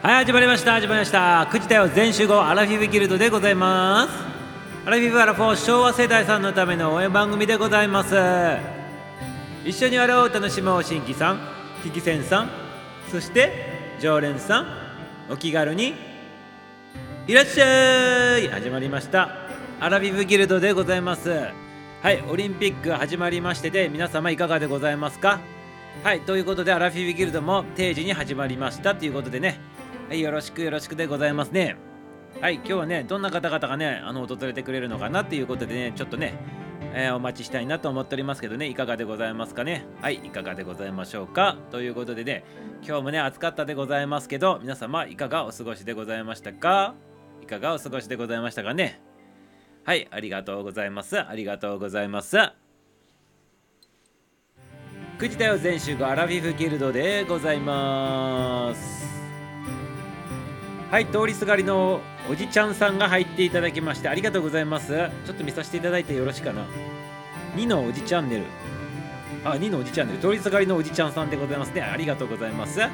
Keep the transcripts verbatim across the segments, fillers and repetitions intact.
はい、始まりました始まりましたくじだよ全集合アラフィフギルドでございます。アラフィフアラフォー昭和世代さんのための応援番組でございます。一緒に笑おう楽しもう新規さん、危機戦さん、そして常連さん、お気軽にいらっしゃい。始まりましたアラフィフギルドでございます。はい、オリンピック始まりましてで、皆様いかがでございますか。はい、ということでアラフィフギルドも定時に始まりましたということでね、はい、よろしくよろしくでございますね。はい、今日はね、どんな方々がね、あの訪れてくれるのかなっていうことでね、ちょっとね、えーお待ちしたいなと思っておりますけどね、いかがでございますかね。はい、いかがでございましょうか。ということでね、今日もね、暑かったでございますけど、皆様いかがお過ごしでございましたか。いかがお過ごしでございましたかね。はい、ありがとうございます。ありがとうございます。くじだよ全集合アラフィフギルドでございます。はい、通りすがりのおじちゃんさんが入っていただきましてありがとうございます。ちょっと見させていただいてよろしいかな。にのおじチャンネル、あ、にのおじチャンネル、通りすがりのおじちゃんさんでございますね。ありがとうございます。はい、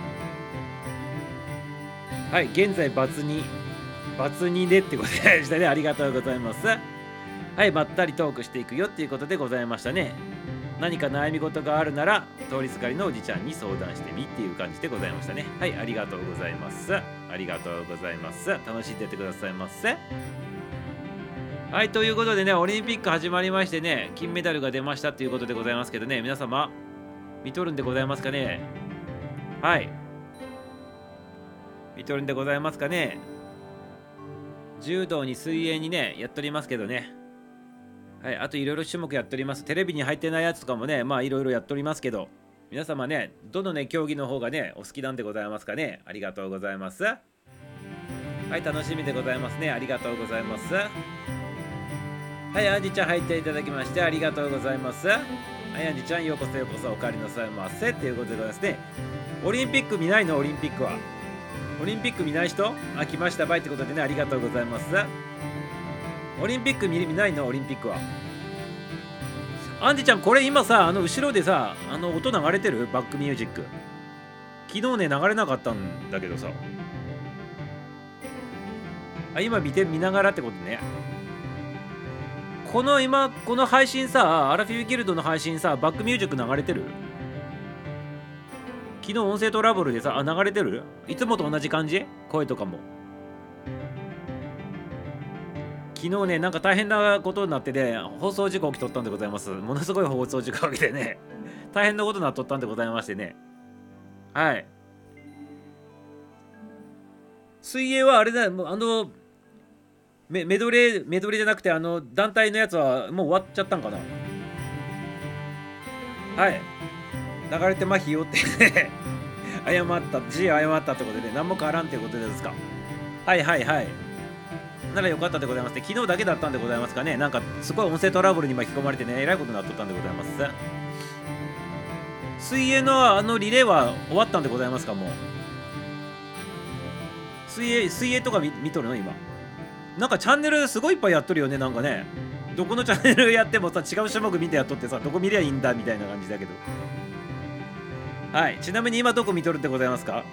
現在バツにバツにでってことでしたね。ありがとうございます。はい、まったりトークしていくよっていうことでございましたね。何か悩み事があるなら通りすがりのおじちゃんに相談してみっていう感じでございましたね。はい、ありがとうございます。ありがとうございます。楽しんでってくださいませ。はい、ということでね、オリンピック始まりましてね、金メダルが出ましたということでございますけどね、皆様見とるんでございますかね。はい、見とるんでございますかね。柔道に水泳にねやっとりますけどね。はい、あといろいろ種目やっております。テレビに入ってないやつとかもね、まあいろいろやっておりますけど、皆様ね、どのね、競技の方がね、お好きなんでございますかね。ありがとうございます。はい、楽しみでございますね。ありがとうございます。はい、アンジちゃん入っていただきましてありがとうございます。はい、アンジちゃんようこそようこそお帰りなさいませっていうことでございますね。オリンピック見ないの。オリンピックはオリンピック見ない人、あ、来ましたばいってことでね、ありがとうございます。オリンピック 見, 見ないの。オリンピックはアンジちゃん、これ今さ、あの後ろでさ、あの音流れてるバックミュージック。昨日ね流れなかったんだけどさ、あ、今見て見ながらってことね。この今この配信さ、アラフィフギルドの配信さ、バックミュージック流れてる。昨日音声トラブルでさ、あ、流れてる。いつもと同じ感じ、声とかも。昨日ね、なんか大変なことになってね、放送事故起きとったんでございます。ものすごい放送事故起きてね、大変なことになっとったんでございましてね。はい。水泳はあれだ、もうあのメ、メドレー、メドレーじゃなくて、あの団体のやつはもう終わっちゃったんかな。はい。流れてまひよってね、謝った、G 謝ったってことで、ね、何も変わらんっていうことですか。はいはいはい。ならよかったでございますね。昨日だけだったんでございますかね。なんかすごい音声トラブルに巻き込まれてね、えらいことになっとったんでございます。水泳のあのリレーは終わったんでございますか。もう水泳水泳とか 見, 見とるの今。なんかチャンネルすごいいっぱいやっとるよね。なんかね、どこのチャンネルやってもさ、違う種目見てやっとってさ、どこ見りゃいいんだみたいな感じだけど。はい、ちなみに今どこ見とるってございますか。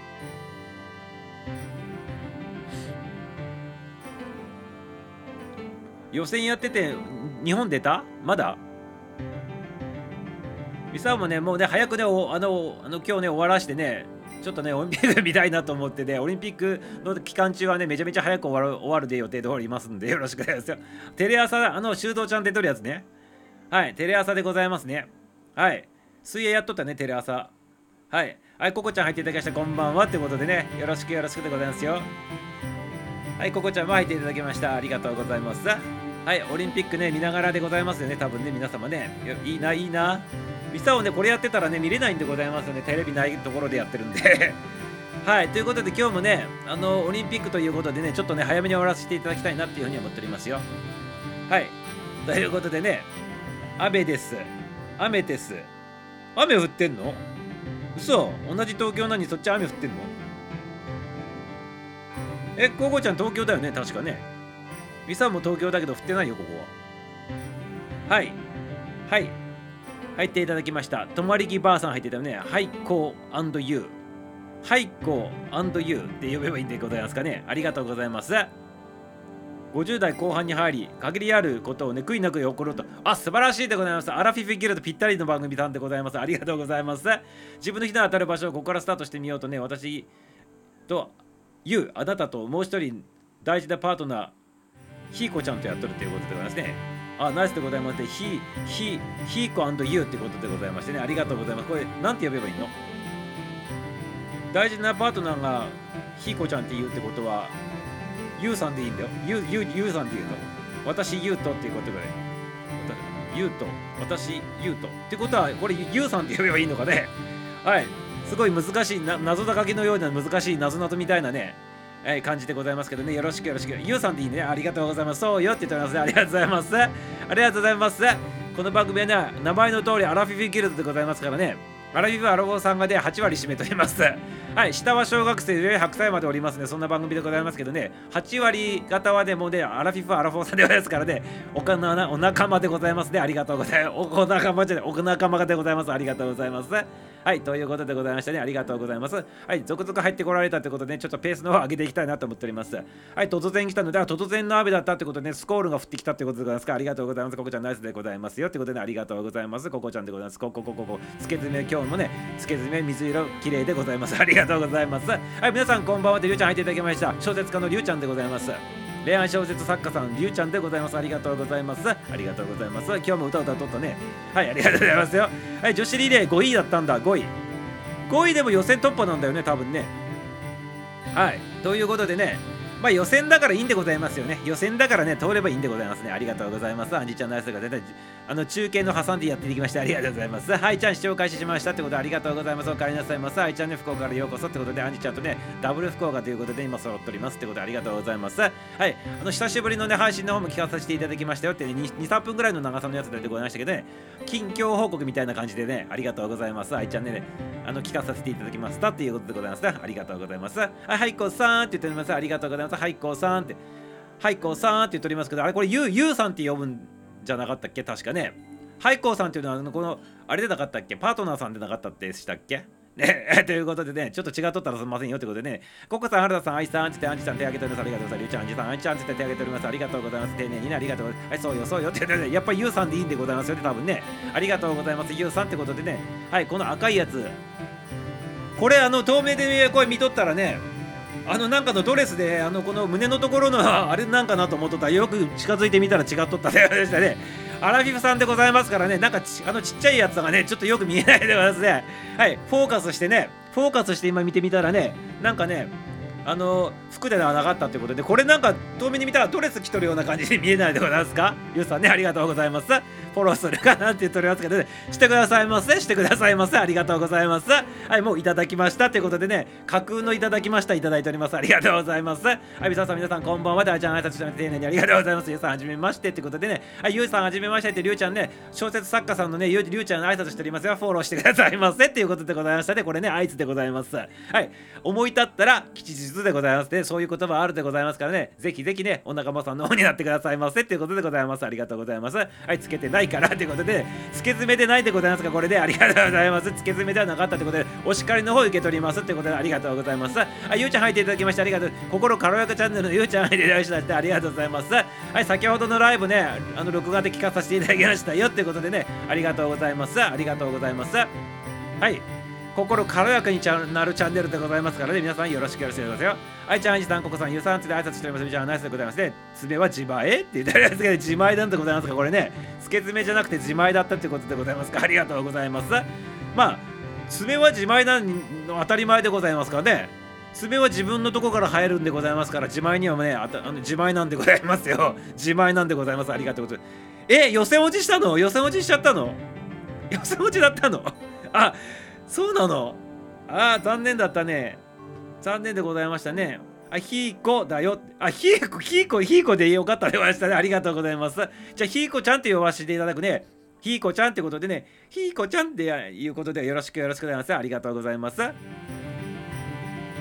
予選やってて日本出た。まだミサもね、もうね早くね、おあのあの今日ね終わらしてね、ちょっとねオリンピック見たいなと思ってね、オリンピックの期間中はねめちゃめちゃ早く終わる終わるで予定通りいますんで、よろしくお願いしますよ。テレ朝、あの修道ちゃん出とるやつね。はい、テレ朝でございますね。はい、水泳やっとったね、テレ朝。はい、はい、ココちゃん入っていただきました。こんばんはってことでね、よろしくよろしくでございますよ。はい、ココちゃんも入っていただきました。ありがとうございます。はい、オリンピックね見ながらでございますよね、多分ね、皆様ね。いいないいな。ミサをねこれやってたらね見れないんでございますよね、テレビないところでやってるんではい、ということで今日もね、あのオリンピックということでね、ちょっとね早めに終わらせていただきたいなっていうふうに思っておりますよ。はい、ということでね、雨です。雨です。雨降ってんの。嘘、同じ東京なのにそっち雨降ってんの。え、ココちゃん東京だよね、確かね。ミサも東京だけど降ってないよ、ここは。はい。はい。入っていただきました。とまりぎばあさん入ってたよね。はい、こう &you。 はいこ &You って呼べばいいんでございますかね。ありがとうございます。ごじゅう代後半に入り、限りあることをね、悔いなく起ころうと。あ、素晴らしいでございます。アラフィフギルドぴったりの番組さんでございます。ありがとうございます。自分の日の当たる場所をここからスタートしてみようとね、私と You、あなたともう一人大事なパートナー、ひーこちゃんとやっとるということでございますね。あ、ナイスでございまして、ひ、ひ、ひーこ &You ってことでございましてね、ありがとうございます。これ、なんて呼べばいいの？大事なパートナーがひーこちゃんって言うってことは、ゆうさんでいいんだよ。ゆう、ゆう、ゆうさんって言うの。私、ゆうとっていうことで。ゆうと、私、ゆうと。ってことは、これ、ゆうさんって呼べばいいのかね。はい。すごい難しい、な謎だかけのような難しい謎謎みたいなね、はい、感じでございますけどね。よろしくよろしく。ゆうさんでいいね。ありがとうございます。そうよって言っておりますね。ありがとうございます。ありがとうございます。この番組はね、名前の通りアラフィフギルドでございますからね。アラフィフアラフォーさんがではち割占めております。はい、下は小学生でひゃくさいまでおりますね。そんな番組でございますけどね、はち割方はでもね、アラフィフアラフォーさんでございますからね、おかなお仲間でございますね。ありがとうございます。お仲間じゃない、お仲間でございます。ありがとうございます。はい、ということでございましたね。ありがとうございます。はい、続々入ってこられたってことで、ね、ちょっとペースの方を上げていきたいなと思っております。はい、突然来たので、突然の雨だったってことでね、スコールが降ってきたってことでございますか。ありがとうございます。ここちゃんナイスでございますよってことで、ね、ありがとうございます。ここちゃんでございます。こここここ、つけ爪、今日もね、つけ爪、水色、綺麗でございます。ありがとうございます。はい、皆さんこんばんは。りゅうちゃん入っていただきました。小説家のりゅうちゃんでございます。恋愛小説作家さん、りゅうちゃんでございます。ありがとうございます。ありがとうございます。今日も歌歌っとったね。はい、ありがとうございますよ。はい、女子リレーごいだったんだ。ごい。ごいでも予選突破なんだよね、多分ね。はい、ということでね、まあ予選だからいいんでございますよね。予選だからね、通ればいいんでございますね。ありがとうございます。アンジちゃんのやつが絶対、あの中継の挟んでやっていきまして、ありがとうございます。はいちゃん視聴開始しましたってことでありがとうございます。お帰りなさいませ。はいちゃんね、福岡からようこそってことで、アンジちゃんとね、ダブル福岡ということで今揃っておりますってことでありがとうございます。はい、あの久しぶりのね、配信の方も聞かさせていただきましたよってね、に、さんぷんぐらいの長さのやつでございましたけどね、近況報告みたいな感じでね、ありがとうございます。はいちゃんね、あの聞かさせていただきましたっていうことでございます。ありがとうございます。はい、はいこさんって言っております。ありがとうございます。はいこさんって。はいこさんって言っておりますけど、あれこれゆう、ゆうさんって呼ぶんじゃなかったっけ確かね。はいこさんっていうのは、あのこの、あれでなかったっけパートナーさんでなかったってしたっけね、ということでね、ちょっと違っとったらすみませんよということでね、ココさん、原田さん、アイさん、つって、アンジさん手挙げております。ありがとうございます。りゅうちゃん、アンジさん、アンジちゃん、つって手挙げております。ありがとうございます。丁寧にね、ありがとうございます。はい、そうよ、そうよって言ってね、やっぱりゆうさんでいいんでございますよね、多分ね。ありがとうございます。ゆうさんってことでね、はい、この赤いやつ、これ、あの、透明でこれ見とったらね、あのなんかのドレスであのこの胸のところのあれなんかなと思っとったらよく近づいてみたら違っとったでしたね。アラフィフさんでございますからね、なんかあのちっちゃいやつがねちょっとよく見えないでございますね。はい、フォーカスしてね、フォーカスして今見てみたらね、なんかねあの服ではなかったってことで、これなんか遠目に見たらドレス着とるような感じで見えないでございますか。ゆうさんね、ありがとうございます。フォローするかなって言っておりますけどね、してくださいませ、してくださいませ、ありがとうございます。はい、もういただきましたということでね、架空のいただきましたいただいております。ありがとうございます。はい、皆さん皆さんこんばんは。大ちゃん挨拶して丁寧にありがとうございます。ゆうさんはじめましてってことでね、はい、ゆうさんはじめましてってりゅうちゃんね、小説作家さんのね、ゆうちゃん挨拶しておりますよ。フォローしてくださいませっていうことでございましたね。これね、合図でございます。はい、思い立ったら吉日でございますね。そういう言葉あるでございますからね、ぜひぜひね、お仲間さんの方になってくださいませっていうことでございます。ありがとうございます。はい、つけてないからということで、つけ爪でないでございますが、これでありがとうございます。つけ爪ではなかったということで、お叱りの方受け取りますってことでありがとうございます。はい、ゆうちゃん入っていただきましてありがとう。心軽やかチャンネルのゆうちゃん入っていただきましてありがとうございます。はい、先ほどのライブね、あの録画で聞かさせていただきましたよってことでね、ありがとうございます。ありがとうございます。はい、心軽やかになるチャンネルでございますからね、皆さんよろしくよろしくお願いしますよ。はい、ちゃん、あいじさん、ここさん、ゆうさんつで挨拶しております。じゃあ、ナイスでございますね。爪は自前って言ってありますけど、自前なんでございますか、これね。つけ爪じゃなくて自前だったってことでございますか。ありがとうございます。まあ、爪は自前なの当たり前でございますからね。爪は自分のとこから生えるんでございますから、自前にはね、あたあの自前なんでございますよ。自前なんでございます。ありがとうございます。え、予選落ちしたの？予選落ちしちゃったの？予選落ちだったの？あ、そうなの？ああ、残念だったね。残念でございましたね。あ、ひーこだよ。あ、ひーこ、ひーこ、ひーこでよかったでございましたね。ありがとうございます。じゃあ、ひーこちゃんって呼ばせていただくね。ひーこちゃんってことでね、ひーこちゃんっていうことでよろしくよろしくお願いします。ありがとうございます。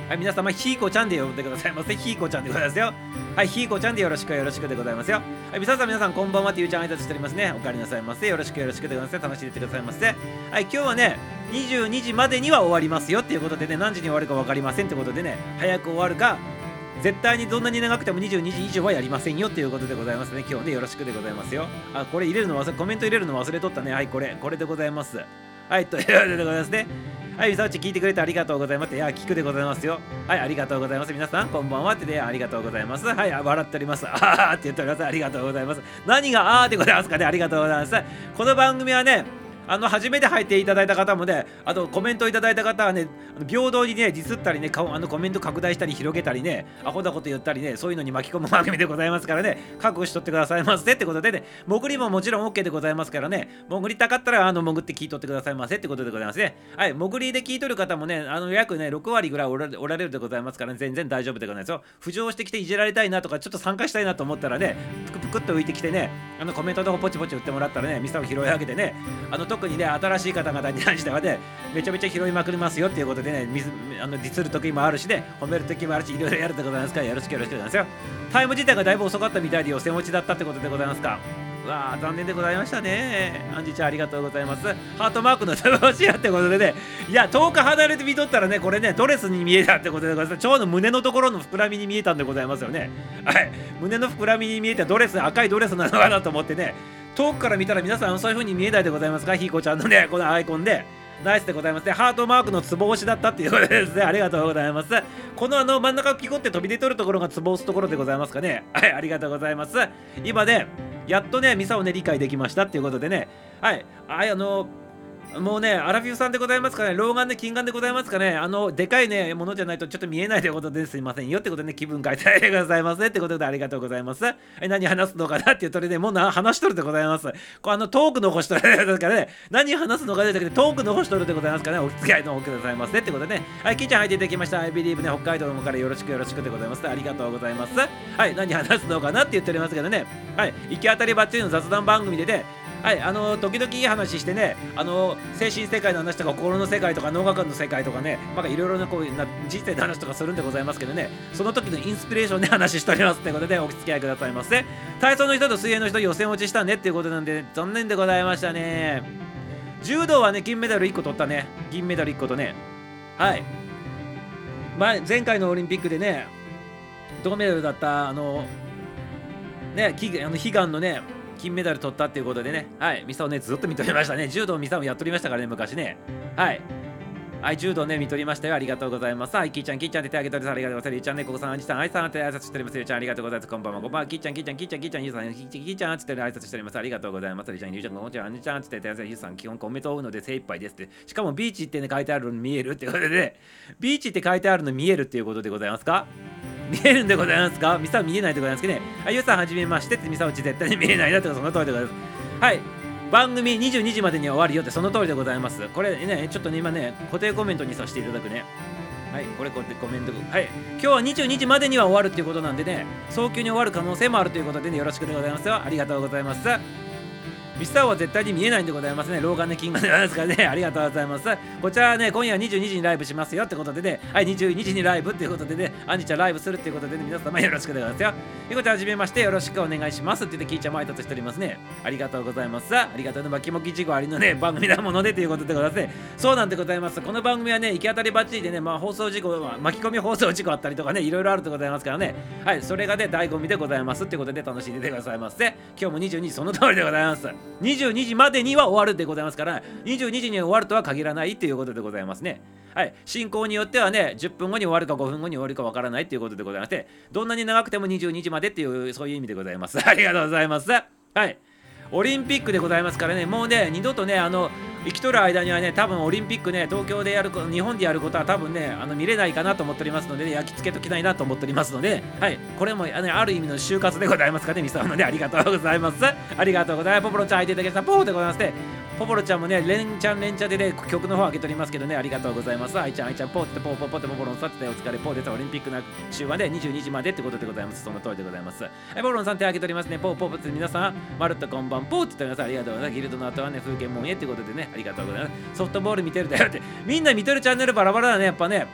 はい、皆様、ひーこちゃんで呼んでくださいませ。ひーこちゃんでございますよ。はい、ひーこちゃんでよろしくよろしくでございますよ。はい、皆さん、皆さん、こんばんはってゆうちゃん挨拶しておりますね。お帰りなさいませ。よろしくよろしくでございます。楽しんでいってくださいませ。はい、今日はね、にじゅうにじまでには終わりますよっていうことでね、何時に終わるか分かりませんってことでね、早く終わるか、絶対にどんなに長くてもにじゅうにじ以上はやりませんよっていうことでございますね。今日ね、よろしくでございますよ。あ、これ入れるの忘れ、コメント入れるの忘れとったね。はい、これ、これでございます。はい、ということでございますね。はい、みさおち聞いてくれてありがとうございます。いや、聞くでございますよ。はい、ありがとうございます。皆さん、こんばんはってね、ありがとうございます。はい、笑っております。あーって言っております。ありがとうございます。何があーってございますかね。ありがとうございます。この番組はね、あの初めて入っていただいた方もね、あとコメントいただいた方はね、平等にね、ディスったりね、あのコメント拡大したり広げたりね、アホなこと言ったりね、そういうのに巻き込む番組でございますからね、覚悟しとってくださいませってことでね、潜りももちろん OK でございますからね、潜りたかったらあの潜って聞いとってくださいませってことでございますね。はい、潜りで聞いとる方もね、あの約ね、ろくわりぐらいおらおられるでございますから、ね、全然大丈夫でございますよ。浮上してきていじられたいなとか、ちょっと参加したいなと思ったらね、ぷくぷくっと浮いてきてね、あのコメントの方ポチポチ打ってもらったらね、ミサを拾い上げてね、あの特にね、新しい方々に関してはね、めちゃめちゃ拾いまくりますよっていうことでね、水あのディスる時もあるしね、褒める時もあるし、いろいろやるでございますから、よろしくよろしくでございますよ。タイム自体がだいぶ遅かったみたいで予選落ちだったってことでございますか。うわー、残念でございましたね。アンジちゃんありがとうございます。ハートマークの素晴らしいやってことでね、いや、遠く離れて見とったらね、これね、ドレスに見えたってことでございます。ちょうど胸のところの膨らみに見えたんでございますよね。はい、胸の膨らみに見えたドレス、赤いドレスなのかなと思ってね、遠くから見たら皆さんそういう風に見えないでございますか。ひーこちゃんのね、このアイコンで。ナイスでございますね。ハートマークのツボ押しだったっていうことですね。ありがとうございます。このあの真ん中ピコって飛び出とるところがツボ押すところでございますかね。はい、ありがとうございます。今ね、やっとね、ミサをね、理解できましたっていうことでね。はい、ああのもうね、アラフィフさんでございますかね、老眼で近眼でございますかね、あの、でかいね、ものじゃないとちょっと見えないということですいませんよってことでね、気分変えてあげてくださいませってことでありがとうございます。え、何話すのかなっていうとりで、もうな話しとるでございます。こうあの、トーク残しとるですからね、何話すのかでじゃなくて、トーク残しとるでございますからね、お付き合いの方くださいませってことでね、はい、キーちゃん入っていただきました。I believe ね、北海道の方からよろしくよろしくでございます。ありがとうございます。はい、何話すのかなって言っておりますけどね、はい、行き当たりばっちりの雑談番組でね、はい、あの時々いい話してね、あの精神世界の話とか心の世界とか脳学の世界とかね、まあいろいろなこうな人生の話とかするんでございますけどね、その時のインスピレーションで話しておりますということでお付き合いくださいませ。体操の人と水泳の人予選落ちしたねっていうことなんで残念でございましたね。柔道はね、金メダルいっこ取ったね、銀メダルいっことね。はい、前前回のオリンピックでね、銅メダルだったあのね、あの悲願のね金メダル取ったっていうことでね、はい、ミサをね、ずっと見とりましたね。柔道ミサをやっとりましたからね、昔ね。はい。はい、柔道ね、見とりましたよ。ありがとうございます。はい、キーちゃん、キーちゃんって手挙げております。ありがとうございます。りゅうちゃんね、ここさん、あんじさん、あいさんって挨拶しております。りゅうちゃん、ありがとうございます。こんばんは。こんばんは。キーちゃん、キーちゃん、キーちゃん、キーちゃん、キーちゃん、ゆうさん、キーちゃんって挨拶しております。ありがとうございます。りゅうちゃん、りゅうちゃん、こんちゃん、あんじちゃんって言って、ゆうさん、基本コメントを追うので精一杯ですって。しかも、ビーチってね、書いてあるの見えるってことでね、ビーチって書いてあるの見えるっていうことでございますか？見えるんでございますか？ミサは見えないでございますけどね。あ、ゆうさんはじめましてって、ミサうち絶対に見えないなってその通りでございます。はい。番組にじゅうにじまでには終わるよってその通りでございます。これね、ちょっとね、今ね、固定コメントにさせていただくね。はい、これこうやってコメント。はい。今日はにじゅうにじまでには終わるっていうことなんでね、早急に終わる可能性もあるということでね、よろしくでございますよ。ありがとうございます。ミスターは絶対に見えないんでございますね。老眼で金眼でございますからね。ありがとうございます。こちらはね、今夜にじゅうにじにライブしますよってことでね、はい、にじゅうにじにライブっていうことでね、アンジちゃんライブするっていうことでね、皆様よろしくでございますよ。ということで、はじめましてよろしくお願いしますって言って、キーちゃんも挨拶しておりますね。ありがとうございます。ありがとうね、まきもきちごありのね、番組なものでということでございますね。そうなんでございます。この番組はね、行き当たりばっちりでね、まあ放送事故、まあ、巻き込み放送事故あったりとかね、いろいろあるでございますからね。はい、それがね、醍醐味でございますってことで楽しんでてくださいませ。今日もにじゅうにじその通りでございます。にじゅうにじまでには終わるでございますから、にじゅうにじに終わるとは限らないということでございますね。はい、進行によってはね、じゅっぷんごに終わるかごふんごに終わるかわからないということでございまして、どんなに長くてもにじゅうにじまでっていうそういう意味でございます。ありがとうございます。はい、オリンピックでございますからね、もうね、二度とね、あの生きとる間にはね、多分オリンピックね、東京でやる、日本でやることは多分ね、あの見れないかなと思っておりますので、ね、焼き付けときたいなと思っておりますので、はい、これも、ね、ある意味の就活でございますかね、ミサオので、ありがとうございます。ありがとうございます。ポポロちゃん、相手いただきました。ポーでございまして、ポポロちゃんもね、連チャン連チャンでね、曲の方上げておりますけどね、ありがとうございます。あいちゃん、あいちゃん、ポーってポーポーポーってポポロンさってお疲れ、ポーです。オリンピックな週はね、にじゅうにじまでってことでございます。その通りでございます。はい、ポポロンさん手挙げておりますね。ポーポーポーって皆さん、まるっとこんばん、ポーって言っております。ありがとうございます。ギルドの後はね、風景もんへってことでね、ありがとうございます。ソフトボール見てるだよって、みんな見てるチャンネルバラバラだね、やっぱね。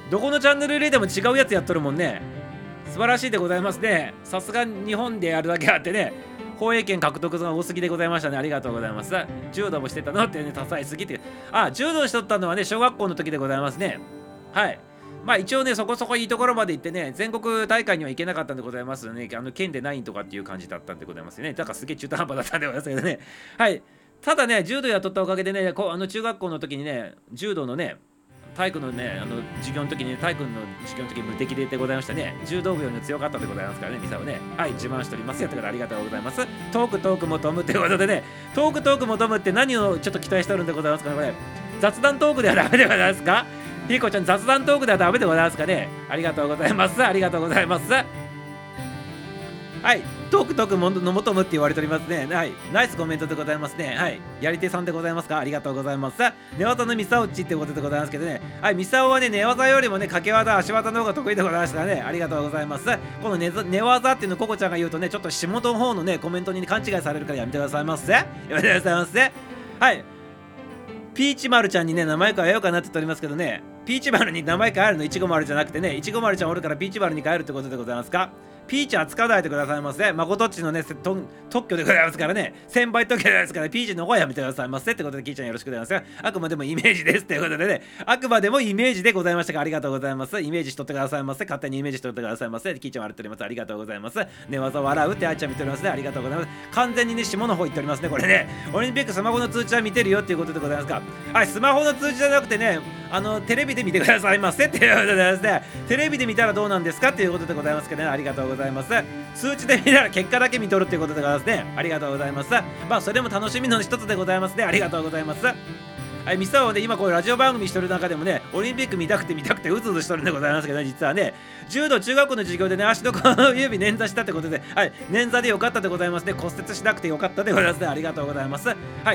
どこのチャンネル入れても違うやつやっとるもんね。素晴らしいでございますね。さすが日本でやるだけあってね、放映権獲得が多すぎでございましたね。ありがとうございます。柔道もしてたのってね、多彩すぎて。あ、柔道しとったのはね、小学校の時でございますね。はい。まあ一応ね、そこそこいいところまで行ってね、全国大会には行けなかったんでございますね。あの、県でないとかっていう感じだったんでございますね。だからすげえ中途半端だったんでございますけどね。はい。ただね、柔道やっとったおかげでね、こうあの中学校の時にね、柔道のね、体育のね、あの授業の時に、ね、体育の授業の時に無敵でございましたね。柔道部よりも強かったでございますからね、ミサをね。はい、自慢しております。やってからありがとうございます。トークトーク求むということでね、トークトーク求むって何をちょっと期待しておるんでございますかね、これ。雑談トークではダメでございますか？ひーこちゃん、雑談トークではダメでございますかね。ありがとうございます。ありがとうございます。はい、トークトークもの求むって言われておりますね。はい、ナイスコメントでございますね。はい、やり手さんでございますか。ありがとうございます。寝技のミサオッチってことでございますけどね。はい、ミサオはね、寝技よりもね、掛け技、足技の方が得意でございましたね。ありがとうございます。この寝寝技っていうのをココちゃんが言うとね、ちょっと下の方のね、コメントに、ね、勘違いされるからやめてくださいませ。やめてくださいませ。はい。ピーチ丸ちゃんにね、名前変えようかなって言っておりますけどね、ピーチ丸に名前変えるのいちご丸じゃなくてね、いちご丸ちゃんおるからピーチ丸に変えるってことでございますか。ピーチ扱わないでくださいませ。まことっちのね、特許でございますからね、先輩特許ですから、ピーチの方はやめてくださいませってことで、キーちゃんよろしくございますが、あくまでもイメージですということでね、あくまでもイメージでございましたが、ありがとうございます。イメージしとってくださいませ。勝手にイメージしとってくださいませ。キーちゃん笑っております。ありがとうございます。寝技笑うってあいちゃん見ておりますね。ありがとうございます。完全にね、下の方行っておりますね。これね、オリンピックスマホの通知は見てるよっていうことでございますか。はい、スマホの通知じゃなくてね、あの、テレビで見てくださいませっていうことでございますね。テレビで見たらどうなんですかっていうことでございますけどね、ありがとうございます。通知で見たら結果だけ見とるっていうことでございますね。ありがとうございます。まあそれも楽しみの一つでございますね。ありがとうございます。はい、ミサオはね、今こうラジオ番組してる中でもね、オリンピック見たくて見たくてうずうずしとるんでございますけどね、実はね、柔道中学校の授業でね、足の指捻挫したってことで、はい、捻挫でよかったでございますね。骨折しなくてよかったでございますね。ありがとうございます。はい、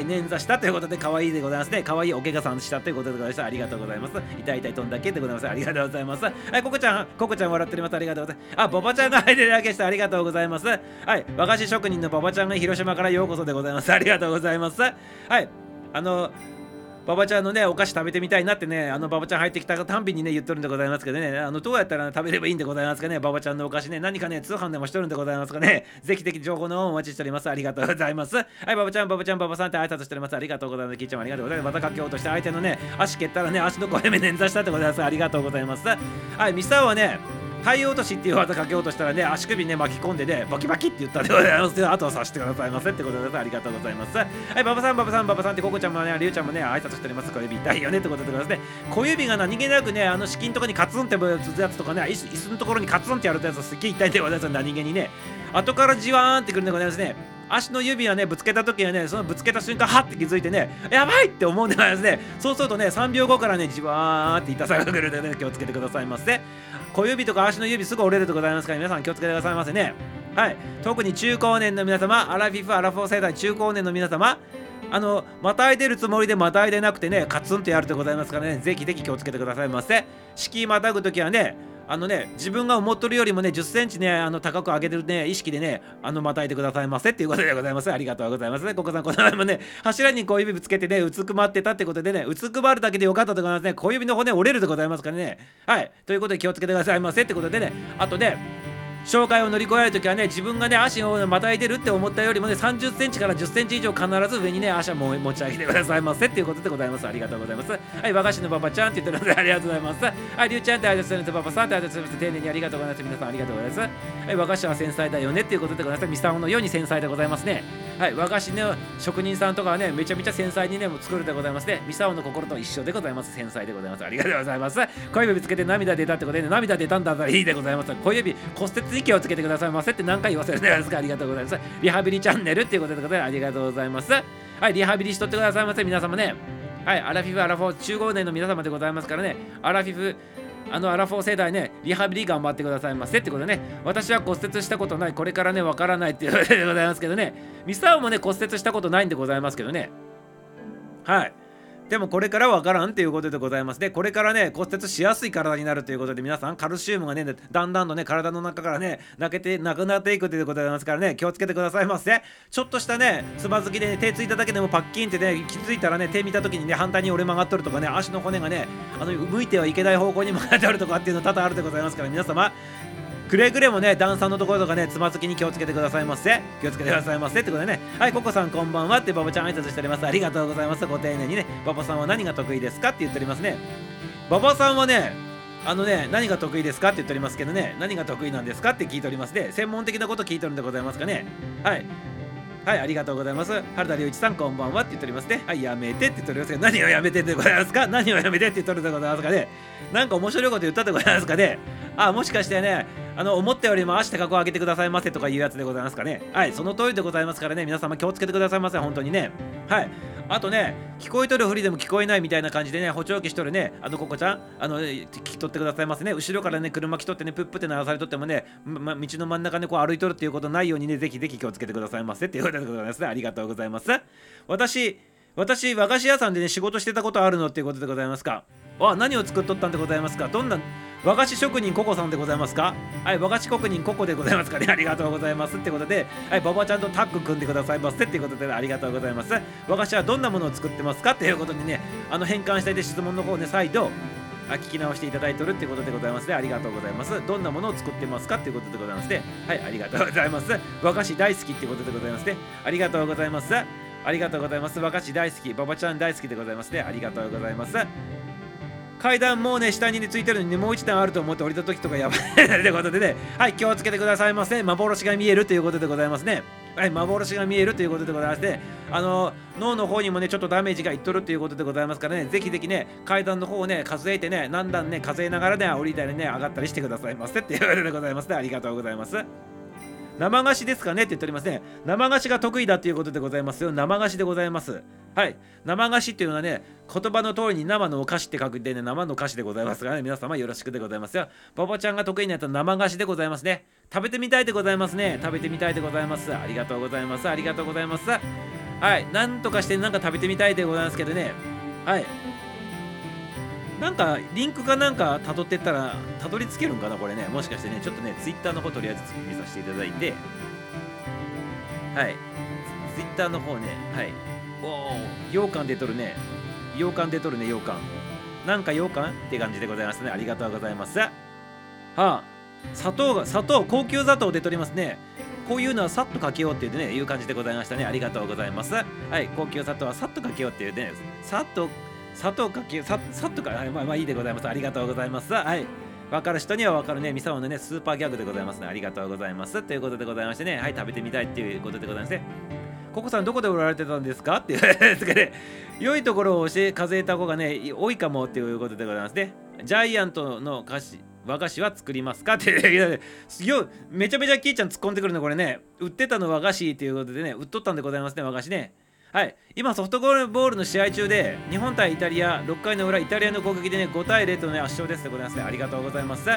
捻挫したということで、可愛いでございますね。可愛いお怪我さんしたということでございました。ありがとうございます。痛い痛い飛んだけでございます。ありがとうございます。はい、ココちゃん、ココちゃん笑っております。ありがとうございます。あ、ボバちゃんが入ってるだけしてありがとうございます。はい、和菓子職人のボバちゃんが広島からようこそでございます。ありがとうございます。はい、あの、ババちゃんのね、お菓子食べてみたいなってね、あのババちゃん入ってきたたんびにね、言っとるんでございますけどね、あの、どうやったら、ね、食べればいいんでございますかね、ババちゃんのお菓子ね、何かね、通販でもしとるんでございますかね、ぜひぜひ情報の方お待ちしております。ありがとうございます。はい、ババちゃん、ババちゃん、ババさんって挨拶しております。ありがとうございます。キーちゃんもありがとうございます。またかけようとして、相手のね、足蹴ったらね、足の声目捻挫したってございます。ありがとうございます。はい、ミサはね、体落としっていう技かけようとしたらね、足首ね巻き込んでね、バキバキって言ったでございます。あとはさせてくださいませってことでありがとうございます。はい、ババさん、ババさん、ババさんってココちゃんもね、リュウちゃんもね、挨拶しております。小指痛いよねってことでございますね。小指が何気なくね、あの資金とかにカツンってつやつとかね、椅子のところにカツンってやるやつすっげえ痛いでございます。何気にね、後からじわーんってくるんでございますね。足の指はね、ぶつけた時はね、そのぶつけた瞬間、はって気づいてね、やばいって思うんでございますね。そうするとね、さんびょうごからね、じわーって痛さが来るので、ね、気をつけてくださいませ。小指とか足の指すぐ折れるでございますから、皆さん気をつけてくださいませね。はい。特に中高年の皆様、アラフィフ、アラフォー世代、中高年の皆様、あの、またいでるつもりでまたいでなくてね、カツンとやるでございますからね、ぜひぜひ気をつけてくださいませ。敷居またぐときはね、あのね、自分が思っとるよりもね、じゅっセンチね、あの高く上げてるね、意識でね、あの、またいでくださいませっていうことでございます。ありがとうございますね。ここさん、この前もね、柱に小指ぶつけてね、うつくまってたってことでね、うつくまるだけでよかったでございますね。小指の骨折れるでございますからね。はい。ということで気をつけてくださいませってことでね、あとね、障害を乗り越えるときはね、自分がね、足をまたいでるって思ったよりもね、さんじゅっセンチからじゅっセンチ以上必ず上にね、足を持ち上げてくださいませっていうことでございます。ありがとうございます。はい、和菓子のババちゃんって言ってるのでありがとうございます。はい、りゅうちゃんって挨拶するのとババさんって挨拶するのと丁寧にありがとうございます。皆さんありがとうございます。はい、和菓子は繊細だよねっていうことでございます。ミサオのように繊細でございますね。はい、和菓子の職人さんとかはね、めちゃめちゃ繊細にね、もう作るでございますね。ミサオの心と一緒でございます。繊細でございます。ありがとうございます。小指ぶつけて涙出たってことでね、涙出たんだったらいいでございます。小指骨折に気をつけてくださいませって何回言わせるんですか。ありがとうございます。リハビリチャンネルっていうことでございます。ありがとうございます。はい、リハビリしとってくださいませ、皆様ね。はい、アラフィフ、アラフォー、中高年の皆様でございますからね、アラフィフ、あのアラフォー世代ね、リハビリ頑張ってくださいませってことでね、私は骨折したことない、これからね、わからないっていうことでございますけどね、ミサオもね、骨折したことないんでございますけどね。はい。 でもこれからわからんということでございますね。これからね、骨折しやすい体になるということで、皆さんカルシウムがね、だんだんとね、体の中からね、なけてなくなっていくということでございますからね、気をつけてくださいませ。ちょっとしたね、つまずきで、ね、手ついただけでもパッキンってね、気づいたらね、手見た時にね、反対に折れ曲がっとるとかね、足の骨がね、あの向いてはいけない方向に曲がっておるとかっていうの多々あるでございますから、皆様、くれぐれもね、段差のところとかね、つまずきに気をつけてくださいませ。気をつけてくださいませってことでね。はい、ココさんこんばんはってババちゃん挨拶しております。ありがとうございます。ご丁寧にね、ババさんは何が得意ですかって言っておりますね。ババさんはね、あのね、何が得意ですかって言っておりますけどね、何が得意なんですかって聞いておりますね。専門的なこと聞いてるんでございますかね。はい。はい、ありがとうございます。原田隆一さん、こんばんはって言っておりますね。はい、やめてって言っておりますけど、何をやめてってございますか？何をやめてって言っておるでございますかね。なんか面白いこと言ったでございますかね。あ、もしかしてね、あの、思ったよりも足高く上げてくださいませとかいうやつでございますかね。はい、その通りでございますからね、皆様気をつけてくださいませ、本当にね。はい。あとね、聞こえとるふりでも聞こえないみたいな感じでね、補聴器しとるね、あのココちゃん、あの、聞き取ってくださいませね。後ろからね、車来とってね、プップって鳴らされとってもね、ま、道の真ん中でこう歩いとるっていうことないようにね、ぜひぜひ気をつけてくださいませっていうことでございますね。ありがとうございます。私、私、和菓子屋さんでね、仕事してたことあるのっていうことでございますか。あ、何を作っとったんでございますか。どんな和菓子職人ココさんでございますか。はい、和菓子職人ココでございますかね。ありがとうございますってことで、はい、ババちゃんとタッグ組んでくださいませっていうことで、ね、ありがとうございます。和菓子はどんなものを作ってますかっていうことにね、あの変換したいで質問の方ね、再度あ聞き直していただいてるっていうことでございますね。ありがとうございます。どんなものを作ってますかっていうことでございますね。はい、ありがとうございます。和菓子大好きっていうことでございますね。ありがとうございます。ありがとうございます。和菓子大好き、ババちゃん大好きでございますね。ありがとうございます。階段もうね、下にね、ついてるのに、ね、もう一段あると思って降りた時とかやばいということでね、はい、気をつけてくださいませ。幻が見えるということでございますね。はい、幻が見えるということでございまして、あの、脳の方にもね、ちょっとダメージがいっとるということでございますからね、ぜひぜひね、階段の方をね、数えてね、何段ね、数えながらね、降りたりね、上がったりしてくださいませっていうことでございますね。ありがとうございます。生菓子ですかねって言っておりますね。生菓子が得意だということでございますよ。生菓子でございます。はい。生菓子っていうのはね、言葉の通りに生のお菓子って書くんでね、生の菓子でございますからね、皆様よろしくでございますよ。パパちゃんが得意なやつは生菓子でございますね。食べてみたいでございますね。食べてみたいでございます。ありがとうございます。ありがとうございます。はい。なんとかしてなんか食べてみたいでございますけどね。はい。なんかリンクかなんか辿ってったらたどり着けるんかなこれね。もしかしてね、ちょっとね、ツイッターの方とりあえず見させていただいて、はい、ツイッターの方ね、はい、おお、羊羹出とるね、羊羹出とるね、羊羹。なんか羊羹って感じでございますね。ありがとうございます。はあ、砂糖が、砂糖、高級砂糖出とりますね。こういうのはさっとかけようっていうね、いう感じでございましたね。ありがとうございます。はい、高級砂糖はさっとかけようっていうね、さっと砂糖かけささっとか、はい、まあまあいいでございます。ありがとうございます。はい。分かる人には分かるね、ミサオのね、スーパーギャグでございますね。ありがとうございます。ということでございましてね、はい、食べてみたいっていうことでございますね。ココさん、どこで売られてたんですかっていうですけどね、良いところを教え、数えた方がね、多いかもっていうことでございますね。ジャイアントの菓子、和菓子は作りますかっていう、めちゃめちゃキーちゃん突っ込んでくるの、これね、売ってたの和菓子っていうことでね、売っとったんでございますね、和菓子ね。はい、今ソフトボールの試合中で日本対イタリアろっかいの裏イタリアの攻撃でねごたいゼロとの、ね、圧勝ですでございますね。ありがとうございます。はい、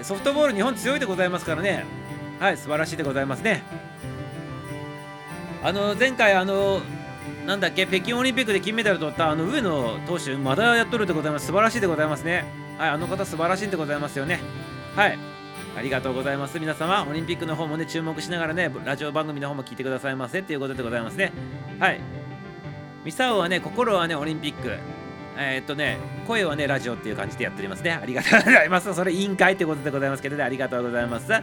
ソフトボール日本強いでございますからね。はい、素晴らしいでございますね。あの前回あのなんだっけ北京オリンピックで金メダル取ったあの上野投手まだやっとるでございます。素晴らしいでございますね。はい、あの方素晴らしいでございますよね。はい、ありがとうございます。皆様、オリンピックの方もね、注目しながらね、ラジオ番組の方も聞いてくださいませっていうことでございますね。はい。ミサオはね、心はね、オリンピック。えー、っとね、声はね、ラジオっていう感じでやっておりますね。ありがとうございます。それ委員会ってことでございますけどね、ありがとうございます。はい、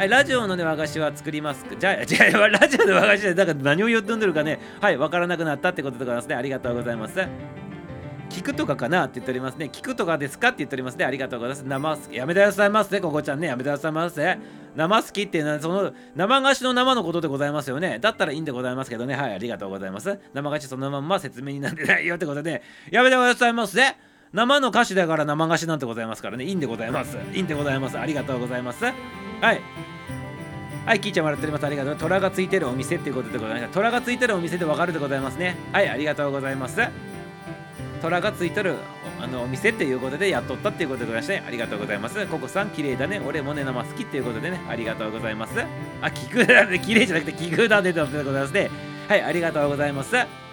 ラジオのね、和菓子は作ります。じゃあ、じゃあ、ラジオの和菓子で、だから何を言ってんでるかね、はい、わからなくなったってことでございますね。ありがとうございます。聞くとかかなって言っておりますね。聞くとかですかって言っておりますね。ありがとうございます。生好き。やめてくださいませ。ここちゃんね。やめてくださいませ。生好きっていうのは、その生菓子の生のことでございますよね。だったらいいんでございますけどね。はい、ありがとうございます。生菓子そのまんま説明になってないよってことで、やめてくださいませ。生の菓子だから生菓子なんてございますからね。いいんでございます。いいんでございます。ありがとうございます。はい。はい、キーちゃん笑っております。ありがとう。虎がついてるお店っていうことでございました。虎がついてるお店でわかるでございますね。はい、ありがとうございます。虎がついてるあのお店っていうことでやっとったっていうことでございまして、ね、ありがとうございます。ココさん綺麗だね。俺もね生好きっていうことでね、ありがとうございます。あ、菊だね。綺麗じゃなくて菊だねってことでございますね。はい、ありがとうございます。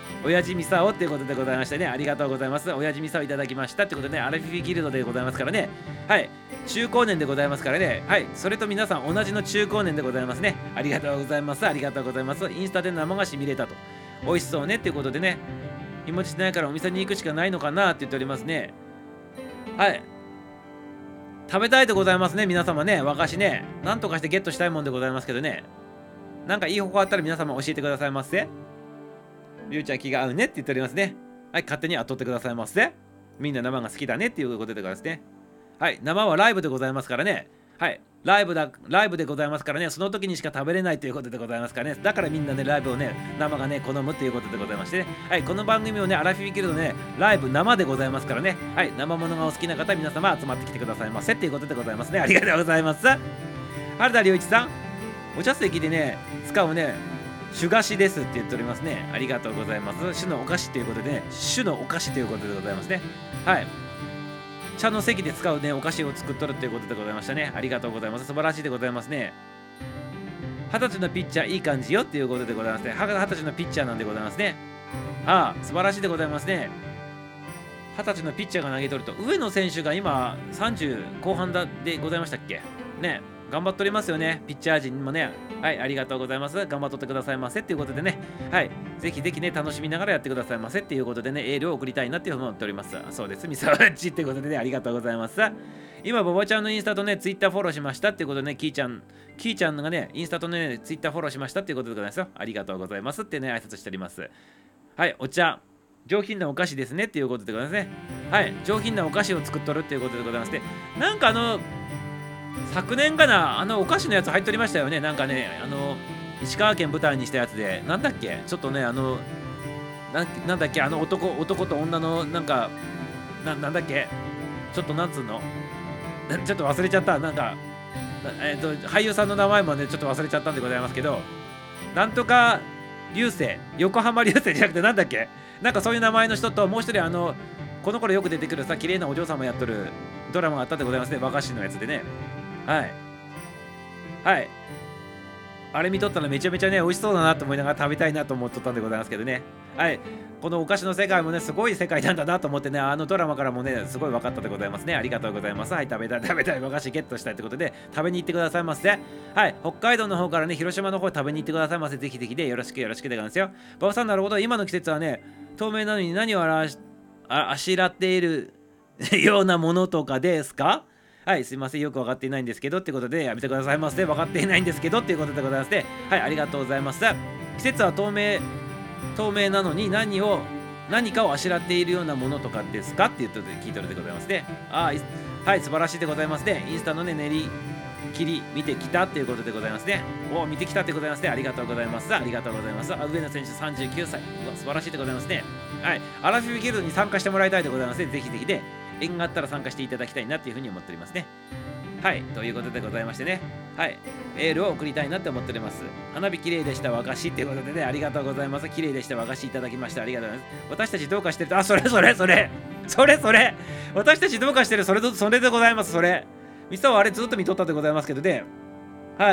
親父ミサオっていうことでございましてね、ありがとうございます。親父ミサオいただきましたってことでね、アラフィフギルドでございますからね。はい。中高年でございますからね。はい。それと皆さん同じの中高年でございますね。ありがとうございます。ありがとうございます。インスタで生菓子見れたと。美味しそうねっていうことでね、日持ちしないからお店に行くしかないのかなって言っておりますね。はい。食べたいでございますね、皆様ね。和菓子ね。なんとかしてゲットしたいもんでございますけどね。なんかいい方法あったら皆様教えてくださいませ。りゅうちゃん気が合うねって言っておりますね。はい、勝手に後ってくださいませ。みんな生が好きだねっていうことでございますね。はい、生はライブでございますからね。はい、ライブだ、ライブでございますからね、その時にしか食べれないということでございますからね。だからみんなね、ライブをね、生がね、好むということでございましてね。はい、この番組をね、アラフィフギルドね、ライブ生でございますからね。はい、生ものがお好きな方、皆様集まってきてくださいませっていうことでございますね。ありがとうございます。原田隆一さん、お茶席でね、使うね、酒菓子ですって言っておりますね。ありがとうございます。種のお菓子ということでね、種のお菓子ということでございますね。はい。茶の席で使うね、お菓子を作っとるということでございましたね。ありがとうございます。素晴らしいでございますね。二十歳のピッチャーいい感じよっていうことでございますね。二十歳のピッチャーなんでございますね。ああ、素晴らしいでございますね。二十歳のピッチャーが投げとると、上野選手が今さんじゅう後半だでございましたっけね。頑張っておりますよね。ピッチャー陣もね。はい、ありがとうございます。頑張っとってくださいませっていうことでね。はい、ぜひぜひね、楽しみながらやってくださいませっていうことでね、エールを送りたいなっていうふうに思っております。そうです、みさわちっていうことでね、ありがとうございます。今、ボボちゃんのインスタとね、ツイッターフォローしましたっていうことでね、キーちゃん、キーちゃんがね、インスタとね、ツイッターフォローしましたっていうことでございますよ。ありがとうございますってね、挨拶しております。はい、お茶。上品なお菓子ですねっていうことでございますね。はい、上品なお菓子を作っとるっていうことでございまして、なんかあの、昨年かな、あのお菓子のやつ入っておりましたよね。なんかね、あの、石川県舞台にしたやつで、なんだっけ、ちょっとね、あの、な、なんだっけ、あの男、男と女の、なんか、な、なんだっけ、ちょっとなんつうの、ちょっと忘れちゃった、なんか、えっと、俳優さんの名前もね、ちょっと忘れちゃったんでございますけど、なんとか流星、横浜流星じゃなくて、なんだっけ、なんかそういう名前の人と、もう一人、あの、この頃よく出てくるさ、綺麗なお嬢様やっとるドラマがあったでございますね、和菓子のやつでね。はい。はい。あれ見とったらめちゃめちゃね、美味しそうだなと思いながら食べたいなと思っとったんでございますけどね。はい。このお菓子の世界もね、すごい世界なんだなと思ってね、あのドラマからもね、すごい分かったでございますね。ありがとうございます。はい。食べたい、食べたい和菓子ゲットしたいってことで、食べに行ってくださいませ。はい。北海道の方からね、広島の方へ食べに行ってくださいませ。ぜひぜひで、よろしくよろしくでございますよ。馬場さん、なるほど。今の季節はね、透明なのに何を表し、あ、あしらっているようなものとかですか？はい、すいません。よく分かっていないんですけどってことで、やめてくださいませ。分かっていないんですけどっていうことでございまして、はい、ありがとうございます。季節は透明、透明なのに何を、何かをあしらっているようなものとかですかって言って聞いてるでございますね。あ、はい、素晴らしいでございますね。インスタのね、練り切り見てきたっていうことでございますね。お、見てきたってございますね。ありがとうございます。ありがとうございます。あ、上野選手さんじゅうきゅうさい。うわ、素晴らしいでございますね。はい、アラフィフギルドに参加してもらいたいでございますね。ぜひぜひで、縁があったら参加していただきたいなっていうふうに思っておりますね。はい、ということでございましてね。はい、エールを送りたいなって思っております。花火綺麗でした和菓子っていうことでね、ありがとうございます。綺麗でした和菓子いただきました。ありがとうございます。私たちどうかしてると、あ、それそれそれ、それそれ、私たちどうかしてる、それと、それでございます、それ。ミサはあれずっと見とったでございますけどね。はい。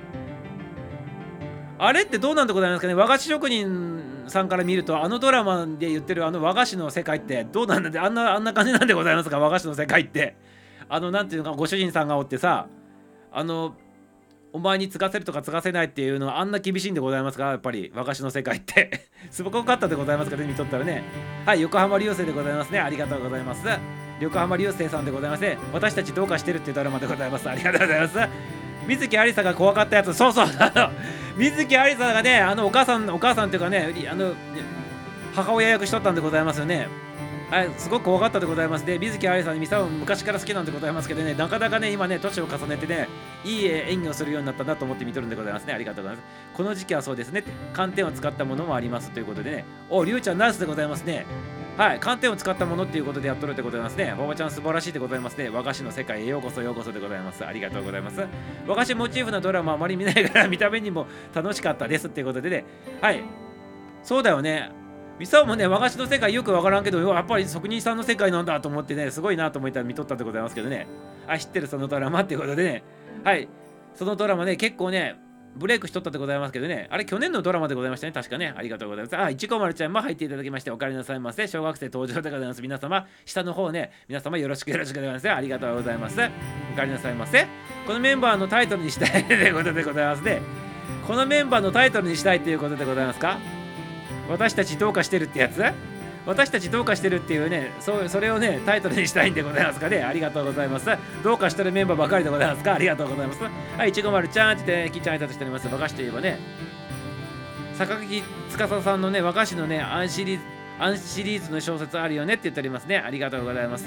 あれってどうなんでございますかね。和菓子職人さんから見ると、あのドラマで言ってるあの和菓子の世界ってどうなんだって、あんな、あんな感じなんでございますか、和菓子の世界って。あの、なんていうのか、ご主人さんがおってさ、あの、お前に継がせるとか継がせないっていうのはあんな厳しいんでございますか、やっぱり和菓子の世界って。すごかったでございますからね、見とったらね。はい、横浜流星でございますね。ありがとうございます。横浜流星さんでございますね。私たちどうかしてるっていうドラマでございます。ありがとうございます。水木有沙が怖かったやつ、そうそう、あの水木有沙がね、あのお母さん、お母さんっていうかね、あの母親役しとったんでございますよね。はい、すごく怖かったでございます。で、水木有沙にミサは昔から好きなんでございますけどね、なかなかね、今ね、年を重ねてね、いい演技をするようになったなと思って見とるんでございますね。ありがとうございます。この時期はそうですねって、寒天を使ったものもありますということでね、お、りゅうちゃんナイスでございますね。はい、寒天を使ったものっていうことでやっとるでございますね。おばちゃん素晴らしいでございますね。和菓子の世界へようこそようこそでございます。ありがとうございます。和菓子モチーフなドラマあまり見ないから見た目にも楽しかったですっていうことでね。はい。そうだよね。ミサオもね、和菓子の世界よくわからんけど、やっぱり職人さんの世界なんだと思ってね、すごいなと思ったら見とったでございますけどね。あ、知ってるそのドラマっていうことでね。はい。そのドラマね、結構ね、 ブレイクしとったでございますけどね、あれ去年のドラマでございましたね、確かね。ありがとうございます。あ、いちこまるちゃんも入っていただきまして、お帰りなさいませ。小学生登場でございます。皆様、下の方ね、皆様よろしくよろしくでございます。ありがとうございます。お帰りなさいませ。このメンバーのタイトルにしたいということでございますね。このメンバーのタイトルにしたいということでございますか。私たちどうかしてるってやつ、私たちどうかしてるっていうね、そうそれをね、タイトルにしたいんでございますかね。ありがとうございます。どうかしてるメンバーばかりでございますか。ありがとうございます。はい、いちごまるちゃんって言って、きっちゃん挨拶しております。和菓子といえばね、坂木司さんのね、和菓子のね、アンシリーズ、アンシリーズの小説あるよねって言っておりますね。ありがとうございます。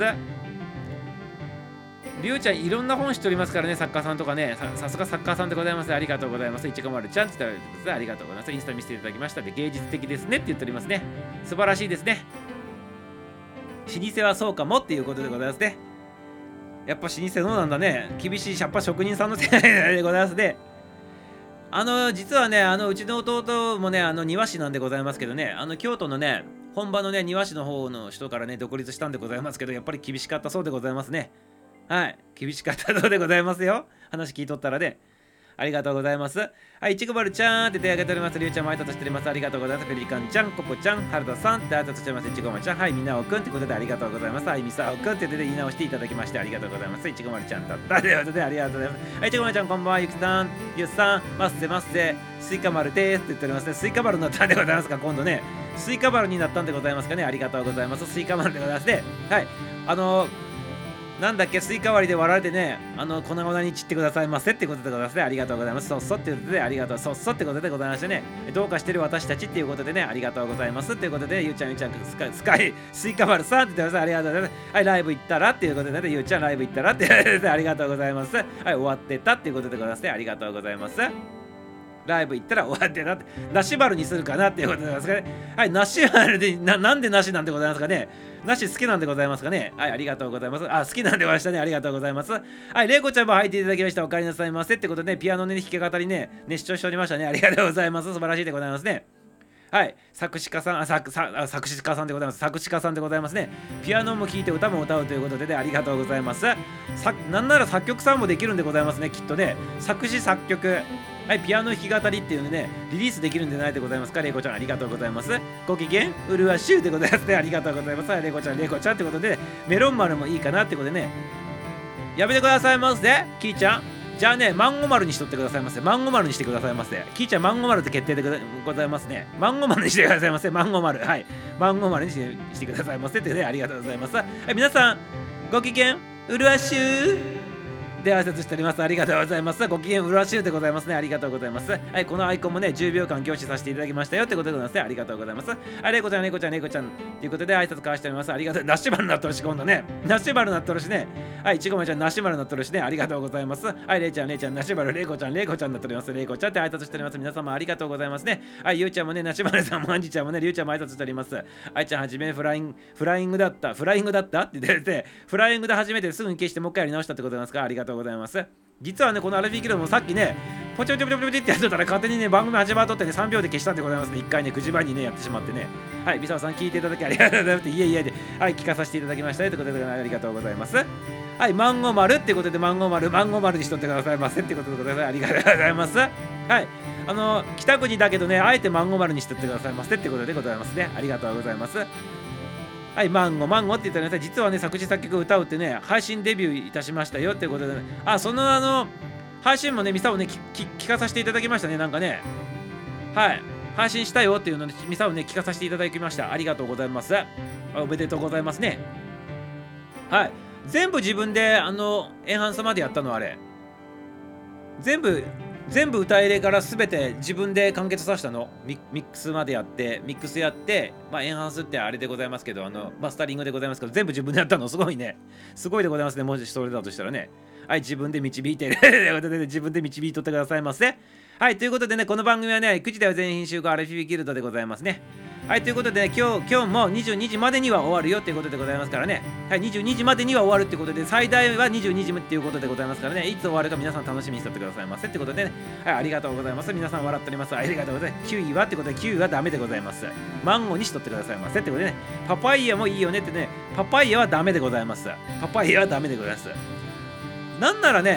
りゅうちゃんいろんな本知っておりますからね、作家さんとかね、ささすが作家さんでございます。ありがとうございます。いちごまるちゃんって言っております。ありがとうございます。インスタ見せていただきましたで、芸術的ですねって言っておりますね。素晴らしいですね。老舗はそうかもっていうことでございますね。やっぱ老舗のなんだね。厳しいやっぱ職人さんの世界でございますね。あの、実はね、あの、うちの弟もね、あの、庭師なんでございますけどね、あの、京都のね、本場のね、庭師の方の人からね、独立したんでございますけど、やっぱり厳しかったそうでございますね。はい。厳しかったそうでございますよ。話聞いとったらね。ありがとうございます。はい、いちごまるちゃんって手挙げております。りゅうちゃんも挨拶しております。ありがとうございます。ペリカンちゃん、ココちゃん、原田さんって挨拶しております。いちごまるちゃん、はい、みなおくんってことでありがとうございます。はい、みさおくんって言い直していただきましてありがとうございます。いちごまるちゃんだったということでありがとうございます。はい、いちごまるちゃん、こんばんは。ゆきさん、ゆっさん、まっせまっせ、スイカ丸ですって言っておりますね。スイカ丸になったんでございますか、今度ね。スイカ丸になったんでございますかね。ありがとうございます。スイカ丸でございますね。はい、あのー、なんだっけ、スイカ割りで割られてね、あの、粉々に散ってくださいませってことでございますね。ありがとうございます。そっそってことで、ありがとう。そっそってことでございましてね、どうかしてる私たちっていうことでね、ありがとうございますっていうことで、ゆうちゃん、ゆうちゃん、スカイ、スカイスイカ丸さんって言ってます。ありがとうございます。はい、ライブ行ったらっていうことでね、ゆうちゃん、ライブ行ったらって言ってありがとうございます。はい、終わってたっていうことでございますね。ありがとうございます。ライブ行ったら終わってたって、ナシバルにするかなっていうことでございますかね。はい、ナシバルでな、なんでナシなんでございますかね。ナシ好きなんでございますかね。はい、ありがとうございます。あ、好きなんでございましたね。ありがとうございます。はい、レイコちゃんも入っていただきました。お帰りなさいませってことで、ピアノの、ね、弾き語りね、熱唱しておりましたね。ありがとうございます。素晴らしいでございますね。はい、作詞家さん、あ、作あ作詞家さんでございます。作詞家さんでございますね。ピアノも聴いて歌も歌うということで、ね、ありがとうございます。さなんなら作曲さんもできるんでございますね、きっとね。作詞作曲。はい、ピアノ弾き語りっていうのね、リリースできるんじゃないでございますか。レイコちゃん、ありがとうございます。ご機嫌うるわしゅうでございますね。ありがとうございます。はい、レイコちゃん、レイコちゃんってことで、メロン丸もいいかなってことでね。やめてくださいませ、キーちゃん。じゃあね、マンゴ丸にしとってくださいませ。マンゴ丸にしてくださいませ。キーちゃん、マンゴ丸って決定でございますね。マンゴ丸にしてくださいませ。マンゴ丸。はい。マンゴ丸にして、してくださいませ。ってね、ありがとうございます。はい、皆さん、ご機嫌うるわしゅうで挨拶しております。ありがとうございます。ご機嫌うるわしゅうでございますね。ありがとうございます。はい、このアイコンもね、じゅうびょうかん凝視させていただきましたよってことでございますね。ありがとうございます。はい、レイコちゃん、レイコちゃん、レイコちゃん。ということで挨拶交わしております。ありがとう。ナッシュバルになっとるし、今度ね。ナッシュバルになっとるしね。はい、いちごまちゃん、ナッシュバルになっとるしね。ありがとうございます。はい、レイちゃん、レイちゃん、ナッシュバル、レイコちゃん、レイコちゃんになっております。レイコちゃんって挨拶しております。皆様ありがとうございますね。はい、ゆうちゃんもね、ナッシュバルさんも、アンジちゃんもね、リュウちゃんも挨拶しております。あいちゃんはじめフライング、フライングだった。フライングだったって言って、フライングで初めてすぐに消してもう一回やり直したってことなんですか。ありがとうございます。実はね、このアルフィーキルドもさっきね、ポチポチポチポチってやってたら勝手にね、番組始まっとってね、さんびょうで消したんでございますね。いっかいね、くじばんにね、やってしまってね。はい、ビサオさん聞いていただきありがとうございます。いえいえで、はい、聞かさせていただきましたよということで、ありがとうございます。はい、マンゴー丸ってことで、マンゴー丸、マンゴー丸にしとってくださいませってことでございます。ありがとうございます。はい、あの、北国だけどね、あえてマンゴー丸にしとってくださいませってことでございますね。ありがとうございます。はい、マンゴー、マンゴーって言ったらね、実はね、作詞作曲歌うってね、配信デビューいたしましたよっていうことでね、あ、そのあの、配信もね、ミサをね、聞かさせていただきましたね、なんかね。はい、配信したよっていうので、ミサをね、聞かさせていただきました。ありがとうございます。おめでとうございますね。はい、全部自分で、あの、エンハンスまでやったの、あれ。全部、全部歌入れから全て自分で完結させたの。ミックスまでやって、ミックスやって、まあ、エンハンスってあれでございますけど、あの、マスタリングでございますけど、全部自分でやったの、すごいね。すごいでございますね、もしそれだとしたらね。はい、自分で導いて、ということで、ね、自分で導いとってくださいませ。はい、ということでね、この番組はね、くじだよ全員集合アルフィビギルドでございますね。はい、ということで、ね、今日、今日もにじゅうにじまでには終わるよっていうことでございますからね。はい、にじゅうにじまでには終わるってことで、最大はにじゅうにじっていうことでございますからね、いつ終わるか皆さん楽しみにしておってくださいませってことでね、はい、ありがとうございます。皆さん笑っております。ありがとうございます。きゅういはってことで、きゅういはダメでございます。マンゴーにしとってくださいませってことでね、パパイヤもいいよねってね、パパイヤはダメでございます。パパイヤはダメでございます。なんならね、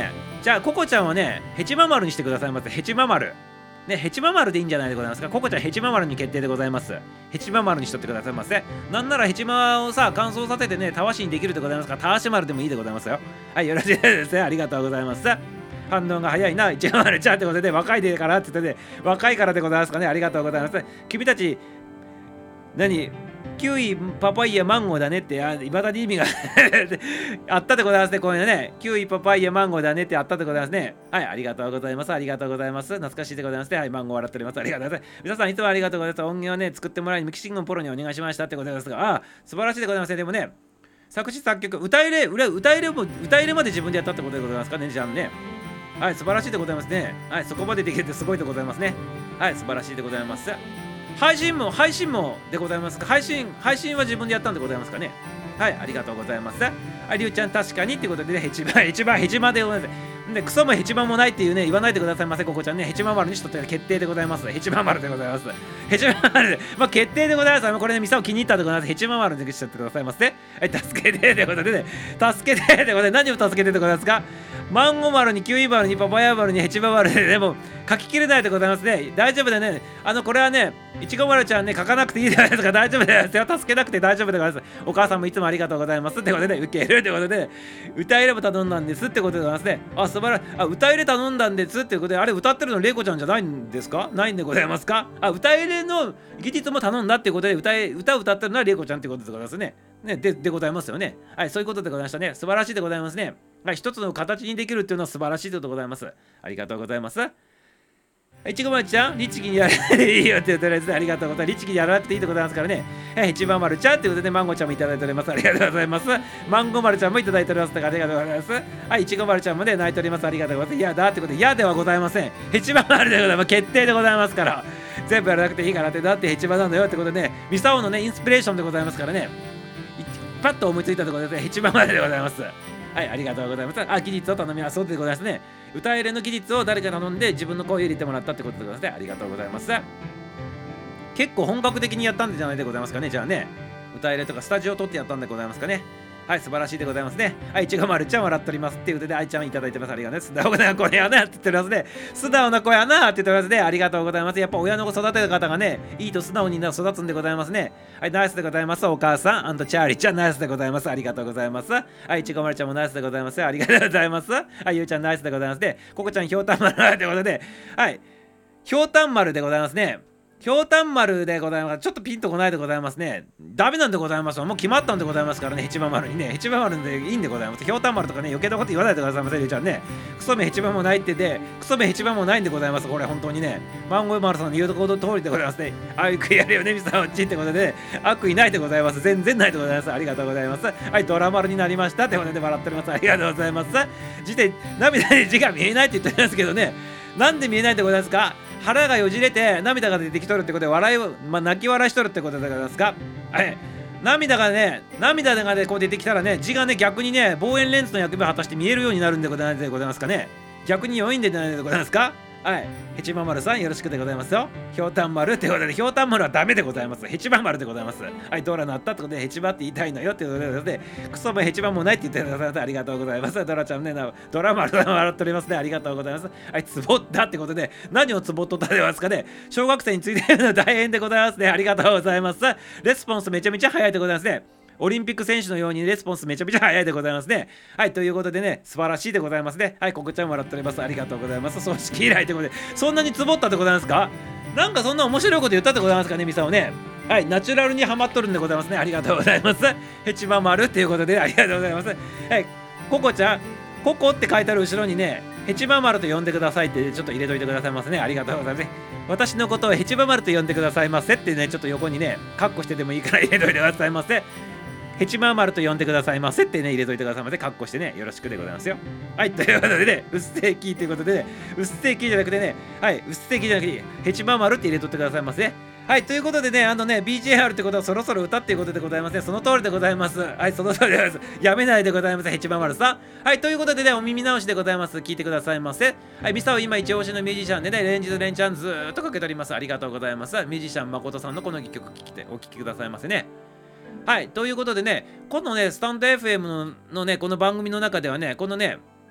じゃあココちゃんはねヘチマ丸にしてくださいませ。ヘチマ丸ね、ヘチマ丸でいいんじゃないでございますか。ココちゃんヘチマ丸に決定でございます。ヘチマ丸にしとってくださいませ。なんならヘチマをさ乾燥させてねたわしにできるでございますから、たわし丸でもいいでございますよ。はい、よろしいですね。ありがとうございます。反応が早いな、一番丸ちゃんってことで、若いでからって言ってね、若いからでございますかね。ありがとうございます。君たち、何キウイ、パパイヤ、マンゴーだねって、いまだに意味があったでございますね。こういうのね、キウイ、パパイヤ、マンゴーだねってあったでございますね。はい、ありがとうございます。ありがとうございます。懐かしいでございますね。はい、マンゴー笑っております。ありがとうございます。皆さん、いつもありがとうございます。音源はね、作ってもらいに、ミキシングのプロにお願いしましたってことですが、ああ、素晴らしいでございますね。でもね、作詞作曲、歌入れ、歌入れも、歌入れまで自分でやったってことでございますかね、じゃあね。はい、素晴らしいでございますね。はい、そこまでできるってすごいでございますね。はい、素晴らしいでございます。配信も、配信もでございますか。配信、配信は自分でやったんでございますかね。はい、ありがとうございます。はい、りゅうちゃん確かにってことでね、ヘチマ、ヘチマ、ヘチマでございます。で、クソもヘチマもないっていうね、言わないでくださいませ、ここちゃんね。ヘチマ丸にしとって決定でございます。ヘチマ丸でございます。ヘチマ丸で、まあ決定でございます。これね、ミサを気に入ったでございます。ヘチマ丸でしちゃってくださいませ。はい、助けてってことでね、助けてってことで、何を助けてでございますか。マンゴー丸にキウイ丸にパパイヤ丸にヘチマ丸でね、もう書ききれないでございますね。大丈夫でね、あの、これはね、いちご丸ちゃんね、書かなくていいじゃないですか。大丈夫ですよ。助けなくて大丈夫でございます。お母さんもいつもありがとうございますってことで、受けるってことで、歌入れも頼んだんですってことでございますね。あ、素晴らしい。あ、歌入れ頼んだんですってことで、あれ歌ってるのレイコちゃんじゃないんですか。ないんでございますか。あ、歌入れの技術も頼んだっていうことで、歌え歌を歌ってるのはレイコちゃんってことでございますね。ね、で、でございますよね。はい、そういうことでございましたね。素晴らしいでございますね。はい、一つの形にできるっていうのは素晴らしいでございます。ありがとうございます。いちごまるちゃん、律儀にやらなくていいよって言ってるやつでありがとうございます。律儀にやらなくていいでございますからね。はい、いちばん丸ちゃんっていうことで、マンゴーちゃんもいただいております。ありがとうございます。マンゴー丸ちゃんもいただいております。ありがとうございます。はい、いちごまるちゃんもね、泣いております。ありがとうございます。いやだってことで、いやではございません。いちばん丸でございます。決定でございますから。全部やらなくていいからって、だって一番なんだよってことでね、ミサオのね、インスピレーションでございますからね。パッと思いついたところで、一番まででございます。はい、ありがとうございます。あ、技術を頼みます。そうでございますね。歌入れの技術を誰か頼んで自分の声を入れてもらったってことでございますね。ありがとうございます。結構本格的にやったんじゃないでございますかね。じゃあね、歌入れとかスタジオを撮ってやったんでございますかね。はい、素晴らしいでございますね。はい、いちごまるちゃん笑っておりますっていうことで、あいちゃんいただいてます。ありがとうございます。素直な声やなって言っておりますね。素直な声やなって言っておりますね。ありがとうございます。やっぱ親の子育てる方がね、いいと素直に育つんでございますね。はい、ナイスでございます。お母さん、チャーリーちゃん、ナイスでございます。ありがとうございます。はい、いちごまるちゃんもナイスでございます。ありがとうございます。はい、ゆうちゃんナイスでございますね。ここちゃん、ひょうたん丸ということで、はい、ひょうたん丸でございますね。ひょうたん丸でございます。ちょっとピンとこないでございますね。ダメなんでございます。もう決まったんでございますからね、ヘチマ丸にね。ヘチマ丸でいいんでございます。ひょうたん丸とかね、余計なこと言わないでくださいませ、りゅうちゃんね。クソめヘチマもないってで、クソめヘチマもないんでございます。これ本当にね。マンゴー丸さんの言うところ通りでございますね。悪意あるよね、ミサオッチってことで、悪意ないでございます。全然ないでございます。ありがとうございます。はい、ドラマルになりましたってことで笑っております。ありがとうございます。字で、涙で字が見えないって言っておりますけどね。なんで見えないでございますか。腹がよじれて涙が出てきとるってことで笑いを、まあ、泣き笑いしとるってことでございますか。はい、涙がね、涙がね、こう出てきたらね、字がね、逆にね、望遠レンズの役目を果たして見えるようになるんでございますかね。逆に良いんでないでございますか。はい、ヘチマ丸さんよろしくでございますよ。ひょうたん丸ってことで、ひょうたん丸はダメでございます。ヘチマ丸でございます。はい、ドラなったってことで、ヘチマって言いたいのよってことで、クソもヘチマもないって言ってくださいませ。ありがとうございます。ドラちゃんね、ドラ丸さん笑っておりますね。ありがとうございます。はい、ツボったってことで、何をツボっとったでますかね。小学生についているの大変でございますね。ありがとうございます。レスポンスめちゃめちゃ早いでございますね。オリンピック選手のようにレスポンスめちゃめちゃ早いでございますね。はい、ということでね、素晴らしいでございますね。はい、ここちゃん笑っております。ありがとうございます。葬式以来ということで、そんなにツボったでございますか。なんかそんな面白いこと言ったでございますかね、ミサオね。はい、ナチュラルにハマっとるんでございますね。ありがとうございます。ヘチマ丸っていうことで、ありがとうございます。はい、ココちゃん、ココって書いてある後ろにね、ヘチマ丸と呼んでくださいってちょっと入れといてくださいますね。ありがとうございます。私のことをヘチマ丸と呼んでくださいませってね、ちょっと横にね、カッコしてでもいいから入れといてくださいませ。ヘチマ丸と呼んでくださいませってね、入れといてくださいませ。カッコしてね、よろしくでございますよ。はい、ということでね、うっせーきということでね、うっせーきじゃなくてね、はい、うっせーきじゃなくて、ヘチマ丸って入れとってくださいませ。はい、ということでね、あのね、ビージェーアール ってことはそろそろ歌っていうことでございますね。その通りでございます。はい、その通りでございます。やめないでございます。ヘチマ丸さん。はい、ということでね、お耳直しでございます。聞いてくださいませ。はい、ミサオ今一押しのミュージシャンでね、連日連チャンずーっとかけております。ありがとうございます。ミュージシャン誠さんのこの曲聴きてお聴きくださいませね。はい、ということでね、このね、スタンド エフエム の, のね、この番組の中ではね、このね、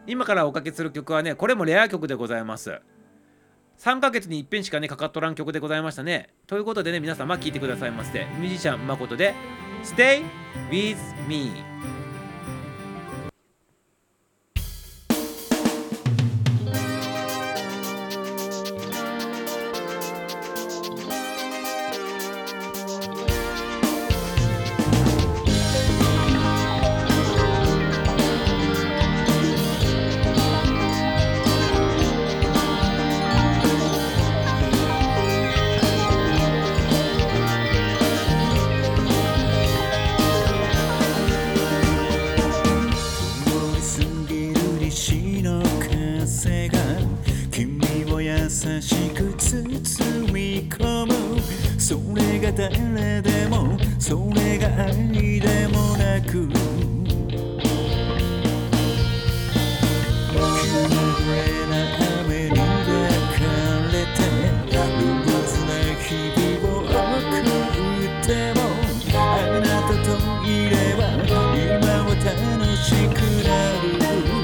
今からおかけする曲はね、これもレア曲でございます。さんかげつに一遍しかね、かかっとらん曲でございましたね。ということでね、皆様聴いてくださいませ。ミュージシャン誠で Stay with me。 優しく包み込む、それが誰でもそれが愛でもなく、綺麗な雨に抱かれてルーズな日々を送っても、あなたといれば今は楽しくなる。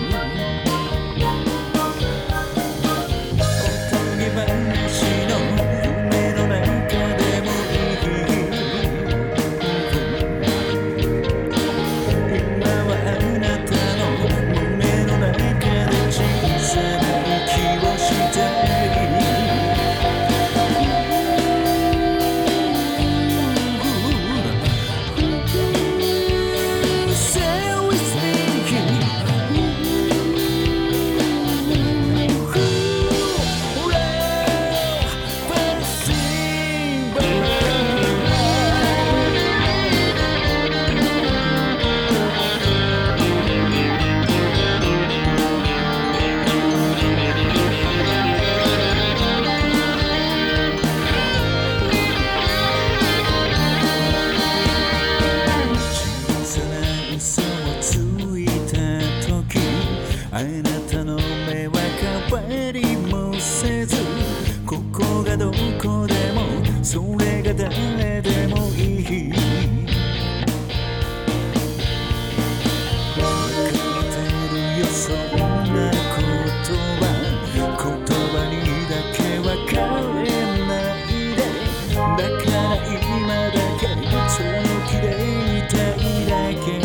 あなたの目は変わりもせず、ここがどこでもそれが誰でもいい。分かってるよそんなことは、言葉にだけ分かれないで、だから今だけその気でいたいだけ。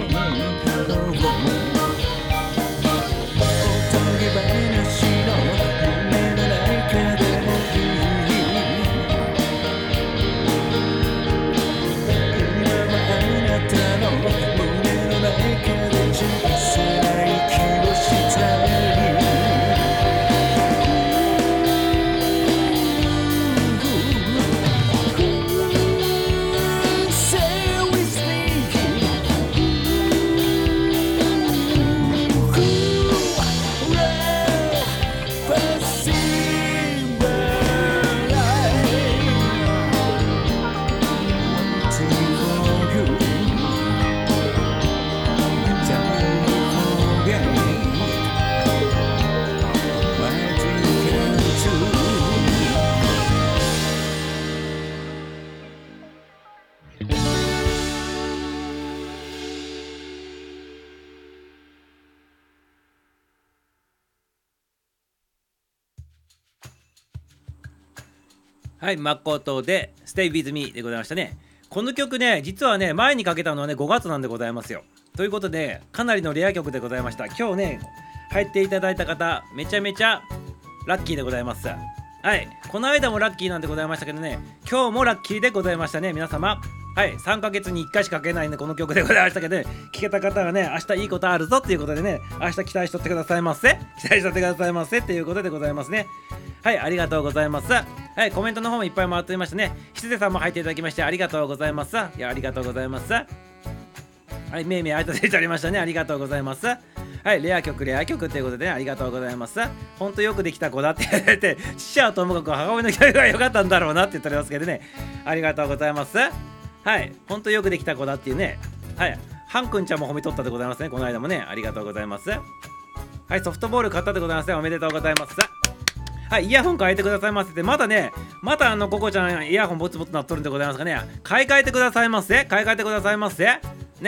はい、誠で Stay with me でございましたね。この曲ね、実はね、前にかけたのはね、ごがつなんでございますよ。ということで、かなりのレア曲でございました。今日ね、入っていただいた方、めちゃめちゃラッキーでございます。はい、この間もラッキーなんでございましたけどね、今日もラッキーでございましたね、皆様。はい、さんかげつにいっかいしかかけないんで、この曲でございましたけどね、聴けた方はね、明日いいことあるぞっていうことでね、明日期待しとってくださいませ。期待しとってくださいませっていうことでございますね。はい、ありがとうございます。はい、コメントの方もいっぱい回っていましたね。ひつでさんも入っていただきましてありがとうございます。いや、ありがとうございます。はい、めいめいあいただいておりましたね。ありがとうございます。はい、レア曲、レア曲ということで、ね、ありがとうございます。ほんとよくできた子だって言われて、父はともかく母親のギャグが良かったんだろうなって言っておりますけどね。ありがとうございます。はい、ほんとよくできた子だっていうね。はい、ハンくんちゃんも褒めとったでございますね。この間もね、ありがとうございます。はい、ソフトボール買ったでございますね。おめでとうございます。はい、イヤホン変えてくださいませって、まだね、またあの、ココちゃん、イヤホンボツボツなっとるんでございますかね。買い替えてくださいませ。買い替えてくださいませ。ね、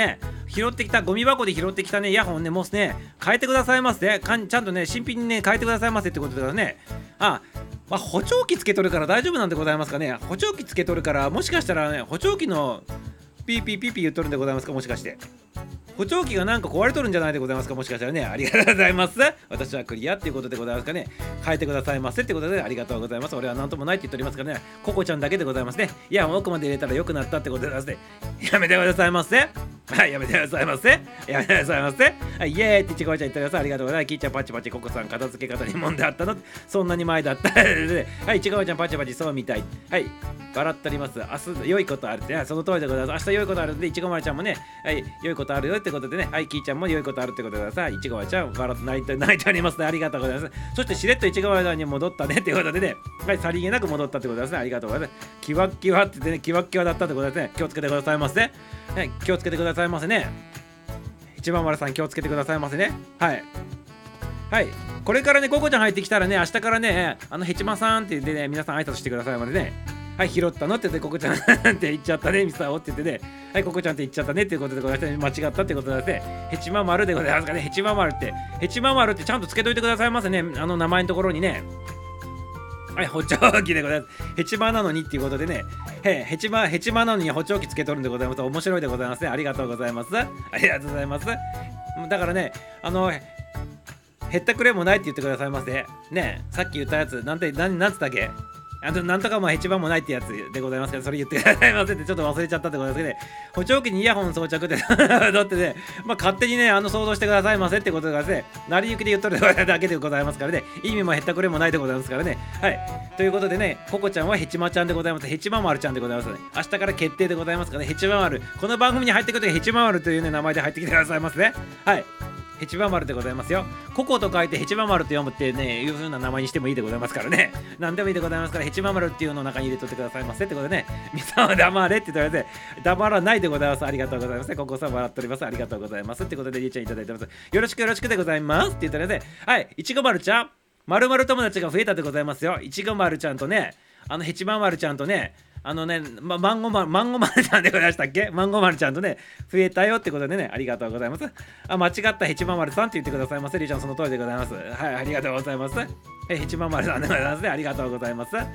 拾ってきたゴミ箱で拾ってきたねイヤホンねもうね変えてくださいませね。かんちゃんとね新品にね変えてくださいませってことだからね。あまあ、補聴器つけとるから大丈夫なんでございますかね。補聴器つけとるからもしかしたらね補聴器のピーピーピーピー言っとるんでございますか。もしかして補聴器がなんか壊れとるんじゃないでございますか。もしかしたらね。ありがとうございます。私はクリアっていうことでございますかね。変えてくださいませってことでありがとうございます。俺は何ともないって言っておりますからね。ココちゃんだけでございますね。いや奥まで入れたら良くなったってことでございますね。やめてくださいませ。はい、やめてくださいませ。やめてくださいませ。はい、イエーイってちこちゃん言ってください。ありがとうございます。キーちゃんパチパチココさん片付け方に問題あったのそんなに前だったはい、ちこちゃんパチパチそうみたい。はい、笑っております。明日良いことあるって、その通りでございます。明日良いことあるんでいちごまるちゃんもね、はい、良いことあるよってことでね、はい、キーちゃんも良いことあるってことでございます。いちごまるちゃん笑って泣いて泣いておりますね。ありがとうございます。そしてしれっといちごまるちゃんに戻ったねってことでね、はい、さりげなく戻ったってことですね。ありがとうございます。キワッキワって言ってね、キワッキワだったってことですね。気をつけてくださいませ。はい、気をつけてくださいませね。一番丸さん気をつけてくださいませね。はいはい、これからねココちゃん入ってきたらね、明日からねあのヘチマさんって言ってね皆さん挨拶してくださいまでね。はい、拾ったのって言ってココちゃんって言っちゃったねミサオって言ってね、はいココちゃんって言っちゃったねっていうことでございまして、間違ったってことでね、ヘチマ丸でございますかね。ヘチマ丸ってヘチマ丸ってちゃんとつけといてくださいませね。あの名前のところにね。はい、補聴器でございます。ヘチマなのにっていうことでね、へヘチマ、ヘチマなのに補聴器つけとるんでございます。面白いでございますね。ありがとうございます。ありがとうございます。だからね、あの、へったくれもないって言ってくださいませ。ね、さっき言ったやつ、なんて、なん、なんつったっけあと、なんとかもヘチマもないってやつでございますけど、それ言ってくださいませってちょっと忘れちゃったってことですけどね、補聴器にイヤホン装着ってだってね、まあ、勝手にね、あの想像してくださいませってことがね、成り行きで言っとるだけでございますからね、意味もへったくれもないでございますからね。はい。ということでね、ココちゃんはヘチマちゃんでございます。ヘチマ丸ちゃんでございますね。明日から決定でございますからね、ヘチマ丸。この番組に入ってくるときヘチマ丸というね、名前で入ってきてくださいますね。はい。ヘチマ丸でございますよ。ココと書いてヘチマ丸と読むってね、いう風な名前にしてもいいでございますからね。何でもいいでございますから、ヘチマ丸っていうのを中に入れとってくださいませってことでね、ミサは黙れって言ってください。黙らないでございます。ありがとうございます。ココさん笑っております。ありがとうございます。ってことで、りゅうちゃんいただいてます。よろしくよろしくでございますって言ったらね、はい、いちごまるちゃん、まるまる友達が増えたでございますよ。いちごまるちゃんとね、あのヘチマ丸ちゃんとね、あのね、ま、マンゴマル、マンゴマルちゃんでございましたっけマンゴマルちゃんとね、増えたよってことでね、ありがとうございます。あ、間違ったヘチマ丸さんって言ってくださいませ。りゅうちゃんその通りでございます。はい、ありがとうございます。え、ヘチマ丸さんでございますね。ありがとうございます。はい、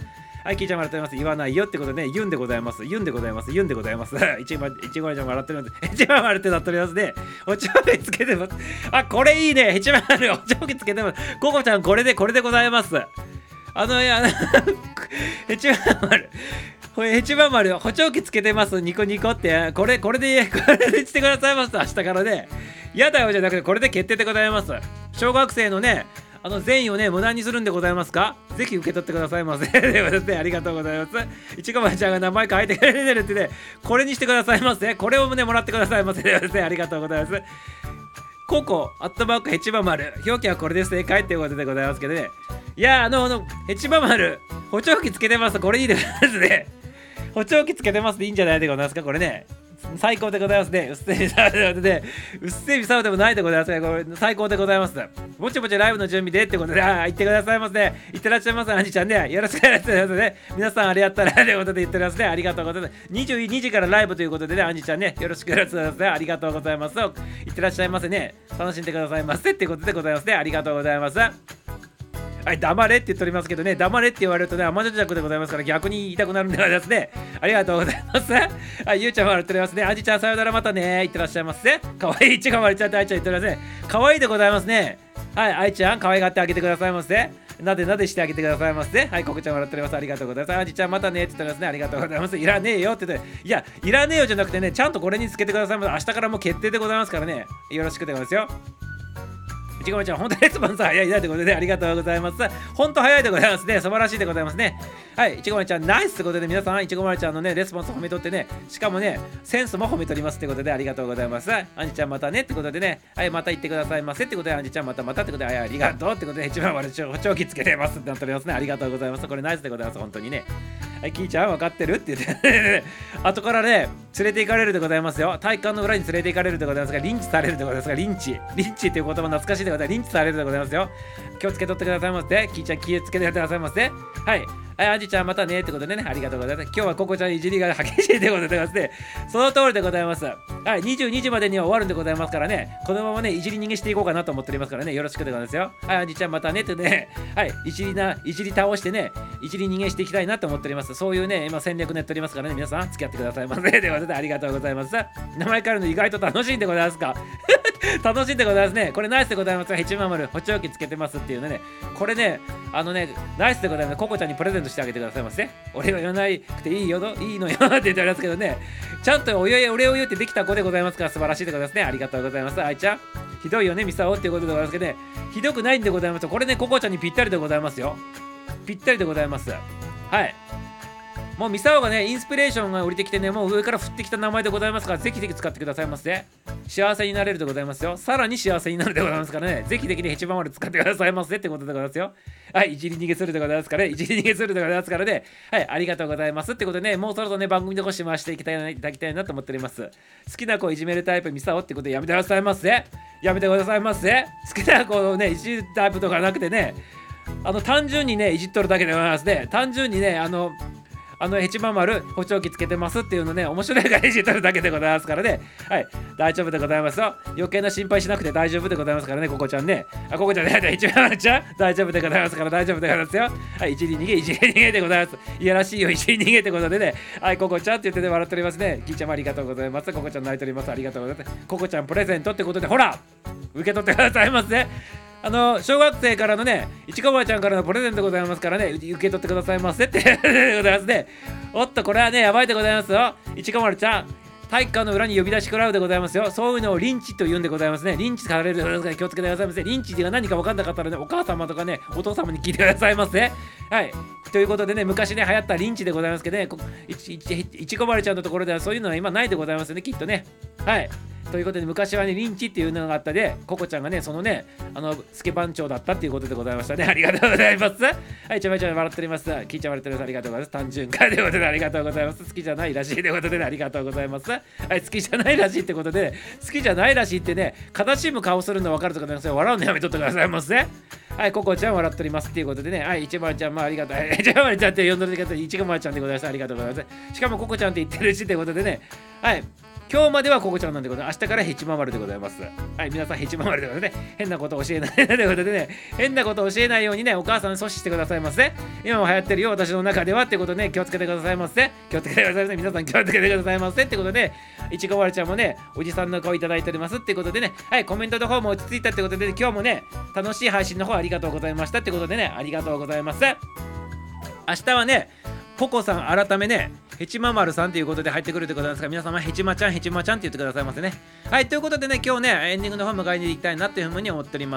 キーちゃん笑っております。言わないよってことでね、言うんでございます。言うんでございます。言うんでございます。一番、一番ちゃん笑っております。ヘチマ丸ってなっておりますね。おちょうつけてます。あ、これいいね。ヘチマ丸、おちょうつけてます。ココちゃん、これで、これでございます。あの、いや、ヘチマ丸。これヘチマ丸補聴器つけてますニコニコってこれこれでこれでしてくださいます。明日からねやだよじゃなくてこれで決定でございます。小学生のねあの善意をね無駄にするんでございますか。ぜひ受け取ってくださいませでございますね。ありがとうございます。いちごまるちゃんが名前書いてくれてるってねこれにしてくださいませ。これをねもらってくださいませでございますね。ありがとうございます。ココアットマークヘチマ丸表記はこれで正解っていうことでございますけどね。いやあのあのヘチマ丸補聴器つけてます。これいいですね。補聴器つけてますでいいんじゃないでございますか。これね最高でございますね。うっせみさうでうっせみさうでもないでございますね。これ最高でございます。ぼちぼちライブの準備でってことであ言ってくださいませ、ね。いってらっしゃいませアンジちゃんね。よろしくお願いしますね。皆さんあれやったらということで言っておりますね。ありがとうございます。にじゅうにじからライブということでねアンジちゃんねよろしくお願いしますね。ありがとうございます。いってらっしゃいませね。楽しんでくださいませっていうことでございますね。ありがとうございます。はい、黙れって言っておりますけどね、黙れって言われるとね、甘じゃくでございますから逆に言いたくなるんでございますね。ありがとうございます。はい、ゆうちゃんも笑っておりますね。あじちゃんさよならまたね。いってらっしゃいませ。かわいいいちごまるちゃんとあいちゃん言っておりますね。かわいいでございますね。はい、あいちゃん、かわいがってあげてくださいませ。なでなでしてあげてくださいませ。はい、ここちゃん笑っております。ありがとうございます。あじちゃんまたねって言っておりますね。ありがとうございます。いらねえよって言って、いや、いらねえよじゃなくてね、ちゃんとこれにつけてくださいませ。明日からもう決定でございますからね。よろしくでございますよ。いちごまるちゃん、本当にレスポンス早いなということでありがとうございます。本当早いでございますね。素晴らしいでございますね。はい、いちごまるちゃん、ナイスということで皆さん、いちごまるちゃんのね、レスポンス褒めとってね、しかもね、センスも褒めとりますということでありがとうございます。アンジちゃんまたねってことでね、はい、また言ってくださいませってことで、アンジちゃんまたまたってことで、はい、ありがとうってことで、いちまるちゃん、補聴器つけてますってなっておりますね。ありがとうございます。これナイスでございます。本当にね。はい、キーちゃん分かってるって言って、後からね、 連れて行かれるでございますよ。体育館の裏に連れて行かれるでございますが、リンチされるでございますが、リンチ。リンチっていう言葉懐かしいでございます。リンチされるでございますよ。気をつけとってくださいませ。キーちゃん気をつけてくださいませ。はい。はい、アンジちゃんまたねってことでね、ありがとうございます。今日はココちゃんいじりが激しいでございますね。その通りでございます。はい、にじゅうにじまでには終わるんでございますからね、このままね、いじり逃げしていこうかなと思っておりますからね、よろしくでございますよ。はい、アンジちゃんまたねってね、はい、いじりな、いじり倒してね、いじり逃げしていきたいなと思っております。そういうね、今戦略練っておりますからね、皆さん付き合ってくださいませ。ということでありがとうございます。名前変えるの意外と楽しいんでございますか楽しいんでございますね。これナイスでございますが、ヘチマ丸、補聴器つけてますっていうね、これね、あのね、ナイスでございます。ココちゃんにプレゼントしてあげてくださいませ。俺が言わなくていいよの、いいのよって言っておりますけどね、ちゃんとおよお礼を言ってできた子でございますから、素晴らしいでございますね。ありがとうございます。あいちゃん、ひどいよね、ミサオっていうことでございますけどね、ひどくないんでございます。これね、ココちゃんにぴったりでございますよ。ぴったりでございます。はい。もうミサオがね、インスピレーションが降りてきてね、もう上から降ってきた名前でございますから、ぜひぜひ使ってくださいませ。幸せになれるでございますよ。さらに幸せになるでございますからね、ぜひぜひね、一番まで使ってくださいませってことでございますよ。はい、いじり逃げするでございますからね、いじり逃げするでございますからね、はい、ありがとうございますってことでね、もうそろそろね、番組でごし回していきたいな、いただきたいなと思っております。好きな子をいじめるタイプミサオってことでやめてくださいませ。やめてくださいませ。好きな子をね、いじるタイプとかなくてね、あの、単純にね、いじっとるだけでございますね。単純にね、あの、あのヘチマ丸補聴器つけてますっていうのね、面白いからいじってるだけでございますからね、はい、大丈夫でございますよ。余計な心配しなくて大丈夫でございますからね、ココちゃんね。あ、ココちゃんね、ヘチマ丸ちゃん大丈夫でございますから、大丈夫でございますよ。はい、いじり逃げ、いじり逃げでございます。いやらしいよ、いじり逃げってことでね、はい、ココちゃんって言ってね、笑っておりますね。キーちゃんもありがとうございます。ココちゃん泣いております。ありがとうございます。ココちゃんプレゼントってことで、ほら受け取ってくださいませ。あの小学生からのね、いちこまちゃんからのプレゼントでございますからね、受け取ってくださいませってでございますね。おっと、これはね、やばいでございますよ。いちこまるちゃん、体育館の裏に呼び出し食らうでございますよ。そういうのをリンチと言うんでございますね。リンチされるでございますから気をつけてくださいませ。リンチが何か分かんなかったらね、お母様とかね、お父様に聞いてくださいませ。はい。ということでね、昔ね、流行ったリンチでございますけどね、いち、いち、いちこまるちゃんのところではそういうのは今ないでございますよね、きっとね。はい。ということで、昔はね、リンチっていうのがあったで、ココちゃんがね、そのね、あの、スケ番長だったっていうことでございましたね。ありがとうございます。はい、ちょめちょめ笑っております。聞いちゃわれております。ありがとうございます。単純化ということでありがとうございます。好きじゃないらしいということで、ね、ありがとうございます。はい、好きじゃないらしいってことで、ね、好きじゃないらしいってね、悲しむ顔するの分かるとかね、それ笑うのやめとってくださいませ。はい、ココちゃん笑っておりますっていうことでね、はい、いちまるちゃんもありがとう。いちまるちゃんって呼んでる方、いちこまるちゃんでございます。ありがとうございます。しかもココちゃんって言ってるしってことでね、はい。今日まではココちゃんなんでございます。明日からヘチマ丸でございます。はい、皆さんヘチマ丸でございますね。変なこと教えないということでね、変なこと教えないようにね、お母さん阻止してくださいませ。今も流行ってるよ、私の中ではってことでね、気をつけてくださいませ。気をつけてくださいませ。皆さん気をつけてくださいませってことで、いちこまるちゃんもね、おじさんの顔いただいておりますってことでね、はい、コメントの方も落ち着いたってことで、ね、今日もね、楽しい配信の方ありがとうございましたってことでね、ありがとうございます。明日はね、ココさん改めね、ヘチマ丸さんということで入ってくるでございますから、皆様ヘチマちゃんヘチマちゃんって言ってくださいませね。はい、ということでね、今日ね、エンディングの方迎えに行きたいなっていうふうに思っております。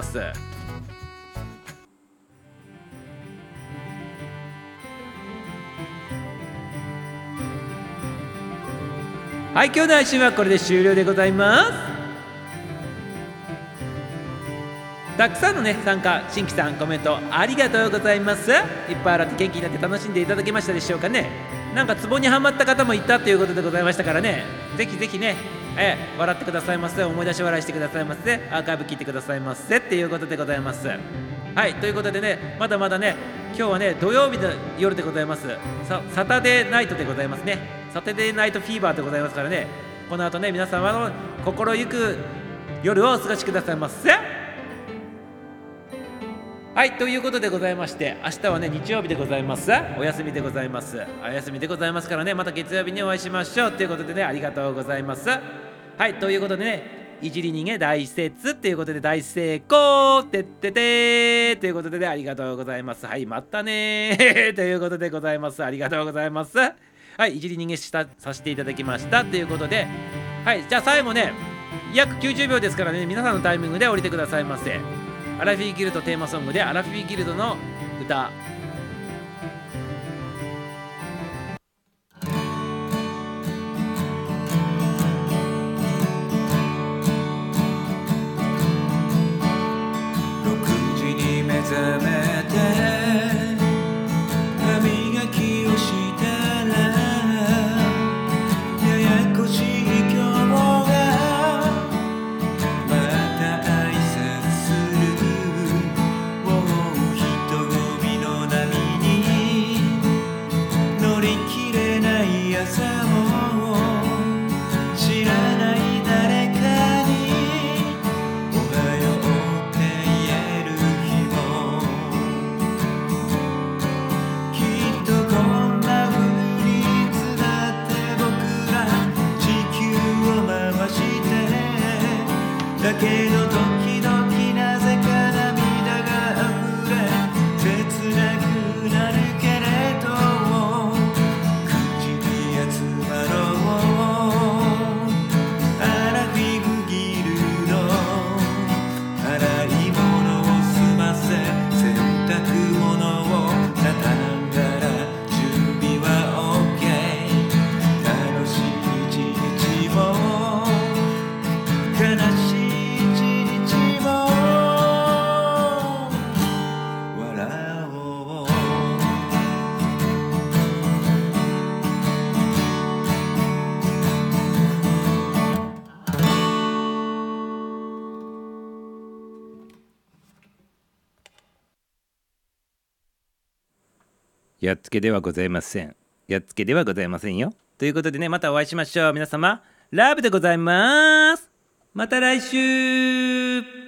はい、今日の配信はこれで終了でございます。たくさんのね、参加、新規さん、コメントありがとうございます。いっぱい洗って元気になって楽しんでいただけましたでしょうかね。なんかツボにはまった方もいたということでございましたからね、ぜひぜひね、えー、笑ってくださいませ。思い出し笑いしてくださいませ。アーカイブ聞いてくださいませっていうことでございます。はい、ということでね、まだまだね、今日はね、土曜日の夜でございます。サ、サタデーナイトでございますね。サタデーナイトフィーバーでございますからね、この後ね、皆様の心ゆく夜をお過ごしくださいませ。はい、ということでございまして、明日はね、日曜日でございます。お休みでございます。お休みでございますからね、また月曜日にお会いしましょうということでね、ありがとうございます。はい、ということでね、いじり逃げ大説っていうことで大成功てっててーということでね、ありがとうございます。はい、またねーということでございます。ありがとうございます。はい、いじり逃げしたさせていただきましたということで、はい、じゃあ最後ね、約きゅうじゅうびょうですからね、皆さんのタイミングで降りてくださいませ。アラフィーギルドテーマソングでアラフィーギルドの歌。 ろくじに目覚めて歯磨きをしたらややこしけど時々なぜか涙が溢れ切なくなるけれど口に集まろうアラフィフギルの洗い物を済ませ洗濯物を畳んだら準備は OK 楽しい一日も悲しい一日も笑おうやっつけではございません。やっつけではございませんよ。ということでね、またお会いしましょう。皆様、ラブでございます。また来週。